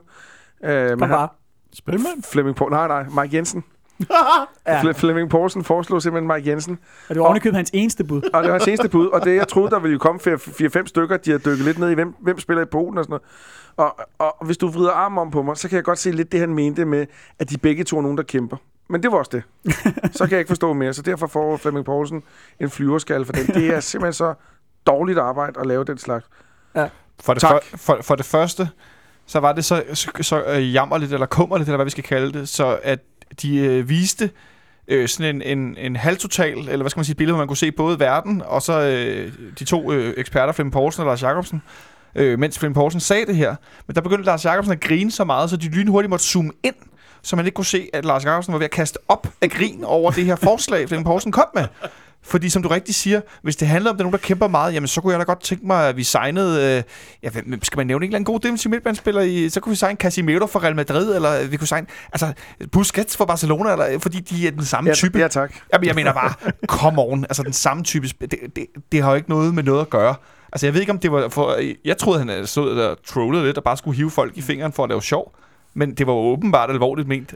Spilmand? Flemming Poulsen. Nej, Mike Jensen. Ja. Flemming Poulsen foreslog simpelthen Mike Jensen. Og det var ovenikøbet hans eneste bud. Og det var hans eneste bud. Og det, jeg troede, der ville jo komme 4-5 stykker, de har dykket lidt ned i, hvem spiller i Polen og sådan noget. Og hvis du vrider armen om på mig, så kan jeg godt se lidt det, han mente med, at de begge to er nogen, der kæmper. Men det var også det. Så kan jeg ikke forstå mere. Så derfor får Flemming Poulsen en flyverskalle for den. Det er simpelthen så dårligt arbejde at lave den slags. Ja. For det første, så var det så jammerligt, eller kummerligt, eller hvad vi skal kalde det, så at de viste sådan en halvtotal, eller hvad skal man sige, billede, hvor man kunne se både verden, og så de to eksperter, Flemming Poulsen og Lars Jacobsen, mens Flemming Poulsen sagde det her. Men der begyndte Lars Jacobsen at grine så meget, så de lynhurtigt måtte zoome ind, så man ikke kunne se, at Lars Jacobsen var ved at kaste op af grin over det her forslag, Flemming Poulsen kom med. Fordi som du rigtig siger, hvis det handler om, at der er nogen, der kæmper meget, jamen så kunne jeg da godt tænke mig, at vi signede... skal man nævne en eller anden god defensiv midtbanespiller i... Så kunne vi signe Casemiro for Real Madrid, eller vi kunne signe... Altså, Busquets for Barcelona, eller, fordi de er den samme type. Ja, tak. Jamen, jeg mener bare, come on. Altså, den samme type... Det har jo ikke noget med noget at gøre. Altså, jeg ved ikke, om det var for... Jeg troede, han stod der og trollede lidt, og bare skulle hive folk i fingeren for at lave sjov. Men det var jo åbenbart alvorligt ment.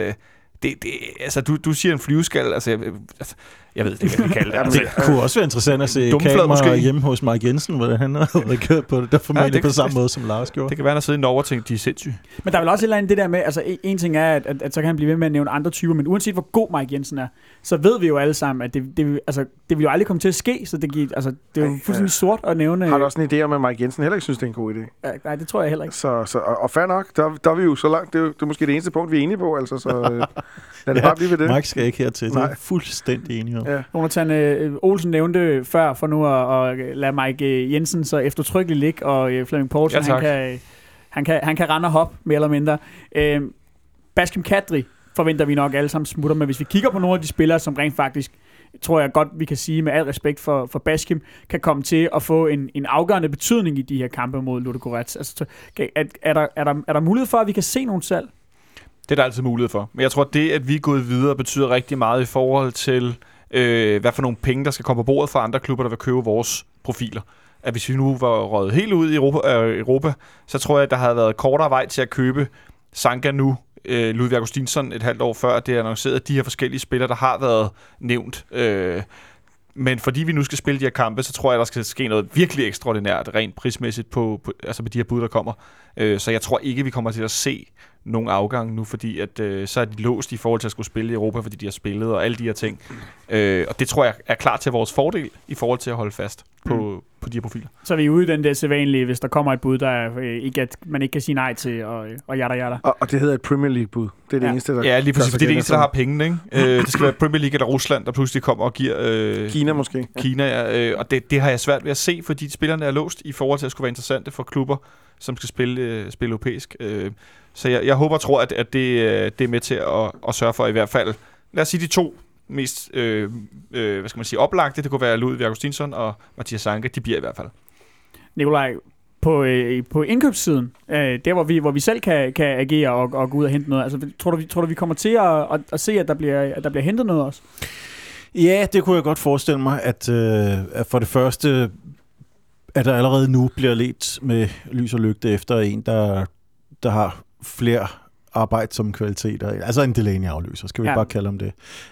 Altså, du siger en flyveskal, altså jeg ved det ikke, hvad vi kalder det. Det kunne også være interessant at se kamera hjemme hos Mark Jensen, hvordan han har reageret på det. Der formentlig på samme måde, som Lars gjorde. Det kan være, at han sidder i Norge og tænker, de er sindssyge. Men der er vel også et eller andet det der med, altså en ting er, at så kan han blive ved med at nævne andre typer, men uanset hvor god Mark Jensen er, så ved vi jo alle sammen, at det vil jo aldrig komme til at ske, så det er jo fuldstændig sort at nævne... Har du også en idé om, at Mark Jensen heller ikke synes, det er en god idé? Nej, det tror jeg heller ikke. Og fair nok, der er vi jo så langt, det er måske det eneste punkt, vi er enige på, altså, så lad det bare blive ved det. Mike skal ikke hertil, det er fuldstændig enige om. Ja. Jonathan Olsen nævnte før, for nu at lade Mike Jensen så eftertrykkeligt ligge, og Flemming Poulsen, han kan rende og hoppe, mere eller mindre. Baskem Kadri forventer vi nok alle sammen smutter, men hvis vi kigger på nogle af de spillere, som rent faktisk, tror jeg godt, vi kan sige med al respekt for Baskem, kan komme til at få en afgørende betydning i de her kampe mod Ludogorets. Altså, er der mulighed for, at vi kan se nogle salg? Det er der altid mulighed for. Men jeg tror, at det, at vi er gået videre, betyder rigtig meget i forhold til, hvad for nogle penge, der skal komme på bordet fra andre klubber, der vil købe vores profiler. At hvis vi nu var røget helt ud i Europa, så tror jeg, at der havde været kortere vej til at købe Sanka nu, Ludvig Augustinsson et halvt år før, det er annonceret de her forskellige spillere, der har været nævnt. Men fordi vi nu skal spille de her kampe, så tror jeg, der skal ske noget virkelig ekstraordinært, rent prismæssigt altså med de her bud, der kommer. Så jeg tror ikke, vi kommer til at se nogle afgang nu, fordi at, så er de låst i forhold til at skulle spille i Europa, fordi de har spillet og alle de her ting. Og det tror jeg er klar til vores fordel i forhold til at holde fast på på de her profiler. Så er vi ude i den der sædvanlige, hvis der kommer et bud, man ikke kan sige nej til, og jada. Og det hedder et Premier League-bud. Det er det eneste, der... Ja, lige præcis, for det er det eneste, der har pengene, ikke? Det skal være Premier League eller Rusland, der pludselig kommer og giver... Kina måske. Kina, og det har jeg svært ved at se, fordi spillerne er låst i forhold til at skulle være interessante for klubber, som skal spille europæisk. Så jeg håber og tror, at det er med til at sørge for i hvert fald... Lad os sige, de to mest oplagte, det kunne være Ludvig Augustinsson og Mathias Sanke, de bliver i hvert fald. Nikolaj, på indkøbssiden, der hvor vi selv kan agere og gå ud og hente noget, altså tror du vi kommer til at se, at der bliver hentet noget også? Ja, det kunne jeg godt forestille mig, at for det første, at der allerede nu bliver ledt med lys og lygte efter en, der har flere arbejde som kvaliteter. Altså en Delaney-afløser, skal vi bare kalde om det.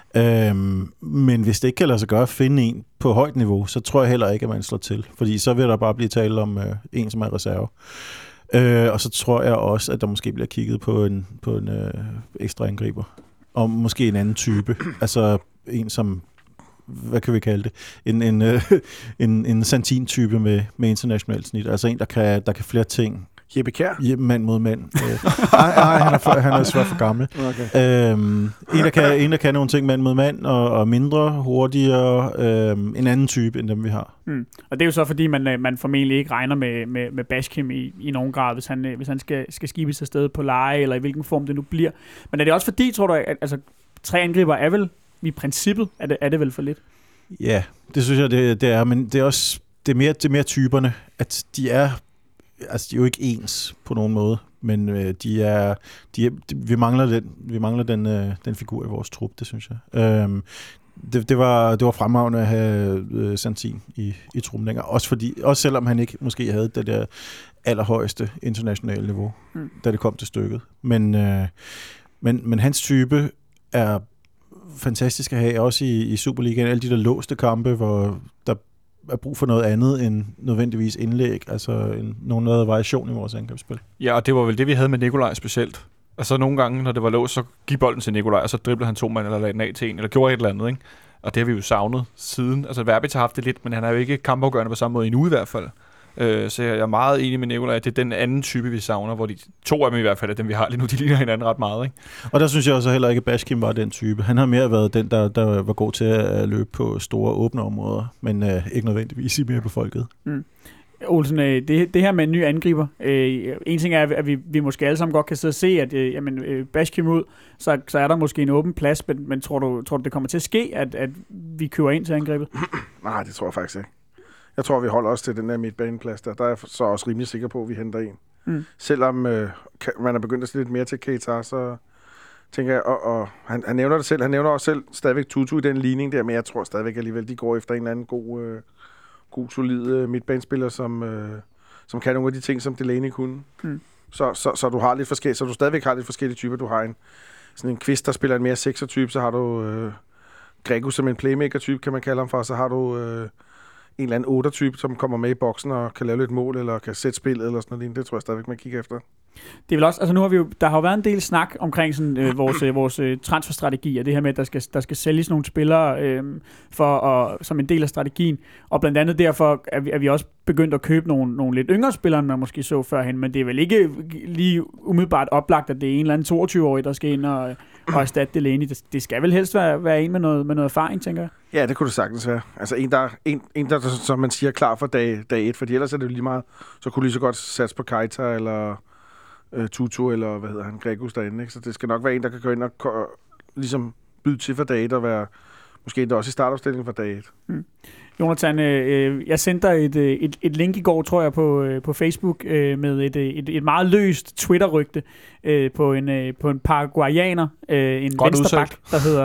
Men hvis det ikke kan lade sig gøre at finde en på højt niveau, så tror jeg heller ikke, at man slår til. Fordi så vil der bare blive tale om en, som er reserve. Og så tror jeg også, at der måske bliver kigget på en ekstra angriber. Og måske en anden type. Altså en som, hvad kan vi kalde det? En Santin-type med internationalt snit. Altså en, der kan flere ting. Jeppe Kjær? Mand mod mand. Nej, han er svært for gammel. Okay. En, der kan nogle ting mand mod mand, og mindre, hurtigere, en anden type, end dem vi har. Og det er jo så, fordi man formentlig ikke regner med Baskim i nogen grad, hvis han skal skibes afsted på leje, eller i hvilken form det nu bliver. Men er det også fordi, tror du, at altså, 3 angriber er vel, i princippet, er det vel for lidt? Ja, det synes jeg, det er, men det er også det er mere typerne, at de er jo ikke ens på nogen måde, men vi mangler den figur i vores trup, det synes jeg. Det var fremragende at have Santin i truppen længere, også selvom han ikke måske havde det der allerhøjeste internationale niveau, da det kom til stykket. Men hans type er fantastisk at have, også i Superligaen. Alle de der låste kampe, hvor der er brug for noget andet end nødvendigvis indlæg, altså noget variation i vores angrebsspil. Ja, og det var vel det, vi havde med Nikolaj specielt. Altså nogle gange, når det var låst, så gik bolden til Nikolaj, og så driblede han 2 mand, eller lagde den af til en, eller gjorde et eller andet, ikke? Og det har vi jo savnet siden. Altså Verbitz har haft det lidt, men han er jo ikke kampafgørende på samme måde endnu i hvert fald. Så jeg er meget enig med Nikolaj, at det er den anden type, vi savner, hvor de 2 af dem i hvert fald er dem, vi har lige nu. De ligner hinanden ret meget, ikke? Og der synes jeg også heller ikke, at Baskim var den type. Han har mere været den, der var god til at løbe på store åbne områder, men ikke nødvendigvis i mere befolket. Olsen, det her med en ny angriber. En ting er, at vi måske alle sammen godt kan sidde og se, at Baskim ud, så er der måske en åben plads, men tror du, det kommer til at ske, at vi køber ind til angrebet? Nej, det tror jeg faktisk ikke. Jeg tror, vi holder os til den der midtbaneplads der. Der er jeg så også rimelig sikker på, at vi henter en. Selvom man er begyndt at se lidt mere til Keita, så tænker jeg, og han nævner det selv. Han nævner også selv stadigvæk Tutu i den ligning der, men jeg tror stadigvæk alligevel, de går efter en eller anden god solid midtbanespiller, som kan nogle af de ting, som Delaney kunne. Så du har lidt forskellige, så du stadigvæk har lidt forskellige typer. Du har sådan en Kvist, der spiller en mere 6'er-type, så har du Grego som en playmaker-type, kan man kalde ham for, så har du en eller anden 8'er-type, som kommer med i boksen og kan lave lidt mål, eller kan sætte spillet, eller sådan noget. Det tror jeg stadigvæk, man kigger efter. Det er vel også, altså nu har der har jo været en del snak omkring sådan, vores transferstrategi, og det her med, at der skal sælges nogle spillere som en del af strategien, og blandt andet derfor er vi også begyndt at købe nogle lidt yngre spillere, end man måske så førhen, men det er vel ikke lige umiddelbart oplagt, at det er en eller anden 22-årig, der skal ind og erstatte Delaney. Det skal vel helst være en med noget erfaring, tænker jeg. Ja, det kunne det sagtens være. Altså en der som man siger, klar for dag 1, for ellers er det jo lige meget, så kunne lige så godt satse på Keita, eller Tutu, eller hvad hedder han, Gregus derinde, ikke? Så det skal nok være en, der kan gå ind og ligesom byde til for dag 1, og være måske endda også i startopstillingen for dag 1. Jonathan, jeg sendte dig et link i går, tror jeg, på Facebook med et meget løst Twitter-rygte på en paraguayaner, en venstreback,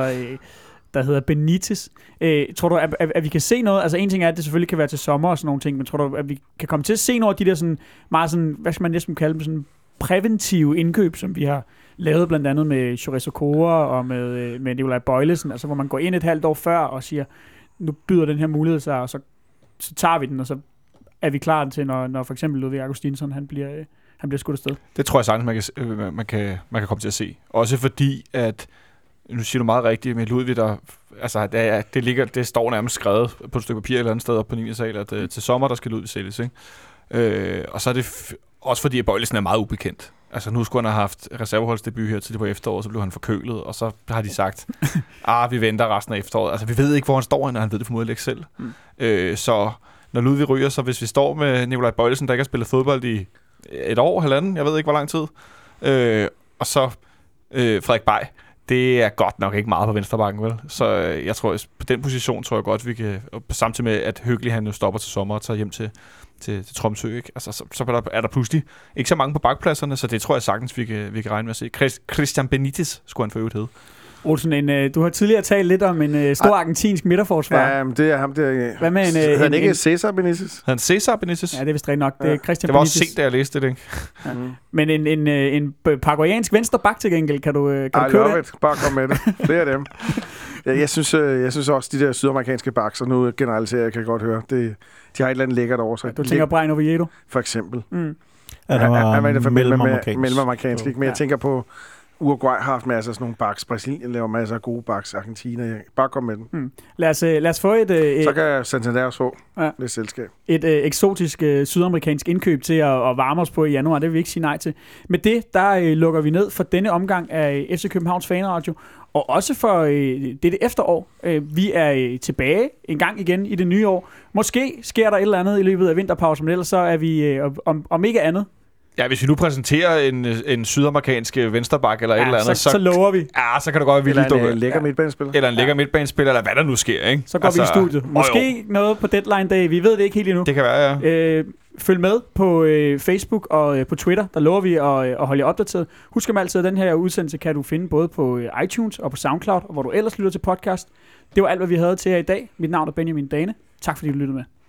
der hedder Benitez. Tror du, at vi kan se noget? Altså en ting er, at det selvfølgelig kan være til sommer og sådan nogle ting, men tror du, at vi kan komme til at se noget af de der sådan, meget sådan, hvad skal man næsten kalde dem, sådan præventive indkøb, som vi har lavet blandt andet med Chorizo Kora og med Nikolaj Bøjlesen, altså hvor man går ind et halvt år før og siger, nu byder den her mulighed sig, og så tager vi den, og så er vi klar til, når for eksempel Ludvig Augustinsson, han bliver skudt afsted. Det tror jeg sagtens, man kan komme til at se. Også fordi, at nu siger du meget rigtigt med Ludvig, der altså, det står nærmest skrevet på et stykke papir et eller andet sted op på 9. sal, at til sommer, der skal ud, sælges, ikke? Og så er det også fordi, at Bøjlesen er meget ubekendt. Altså nu skulle han have haft reserveholdsdebut her tidligere på efteråret, så blev han forkølet, og så har de sagt, vi venter resten af efteråret. Altså vi ved ikke, hvor han står, og han ved det formodentlig ikke selv. Så når Ludvig ryger, så hvis vi står med Nikolaj Bøjlesen, der ikke har spillet fodbold i et år, halvanden, jeg ved ikke, hvor lang tid, og så Frederik Bay, det er godt nok ikke meget på venstrebakken, vel? Så jeg tror, på den position tror jeg godt, vi kan, samtidig med, at Høgli han jo stopper til sommer og tager hjem til Tromsø, ikke? Altså, så er der pludselig ikke så mange på bakpladserne, så det tror jeg sagtens, vi kan regne med at se. Christian Benitez skulle han for øvrigt hedde. Olsen, du har tidligere talt lidt om en stor argentinsk midterforsvar. Ja, det er ham der. Hvad med hedder han ikke Cesar Benitez? Han Cesar Benitez? Ja, det er vist rigtig nok. Det er Christian det var Benitez. også sent, da jeg læste det, ikke? Ja. Men en paraguayansk vensterbak til gengæld, kan du købe det? Bare kom med det. Flere af dem. Ja, jeg synes også, de der sydamerikanske backs, og nu generaliserer jeg, kan godt høre, de har et eller andet lækkert over sig. Du tænker Brian Oviedo? For eksempel. Han var mellemamerikansk, ikke? Men jeg tænker på, Uruguay har haft masser af sådan nogle backs. Brasilien laver masser af gode backs. Argentina, bare kom med den. Lad os få så kan Santander også få lidt selskab. Et eksotisk sydamerikansk indkøb til at varme os på i januar. Det vil vi ikke sige nej til. Med det, der lukker vi ned for denne omgang af FC Københavns Fanradio. Og også for dette efterår. Vi er tilbage en gang igen i det nye år. Måske sker der et eller andet i løbet af vinterpausen, men ellers så er vi om ikke andet. Ja, hvis vi nu præsenterer en sydamerikansk vensterbak eller et eller andet, så lover vi. Ja, så kan det godt være, at vi lige en lækker midtbanespiller. Eller en lækker midtbanespiller, eller hvad der nu sker, ikke? Så går vi i studiet. Måske noget på deadline day. Vi ved det ikke helt endnu. Det kan være, ja. Følg med på Facebook og på Twitter. Der lover vi at holde jer opdateret. Husk om altid, at den her udsendelse kan du finde både på iTunes og på SoundCloud, og hvor du ellers lytter til podcast. Det var alt, hvad vi havde til jer i dag. Mit navn er Benjamin Dane. Tak fordi du lyttede med.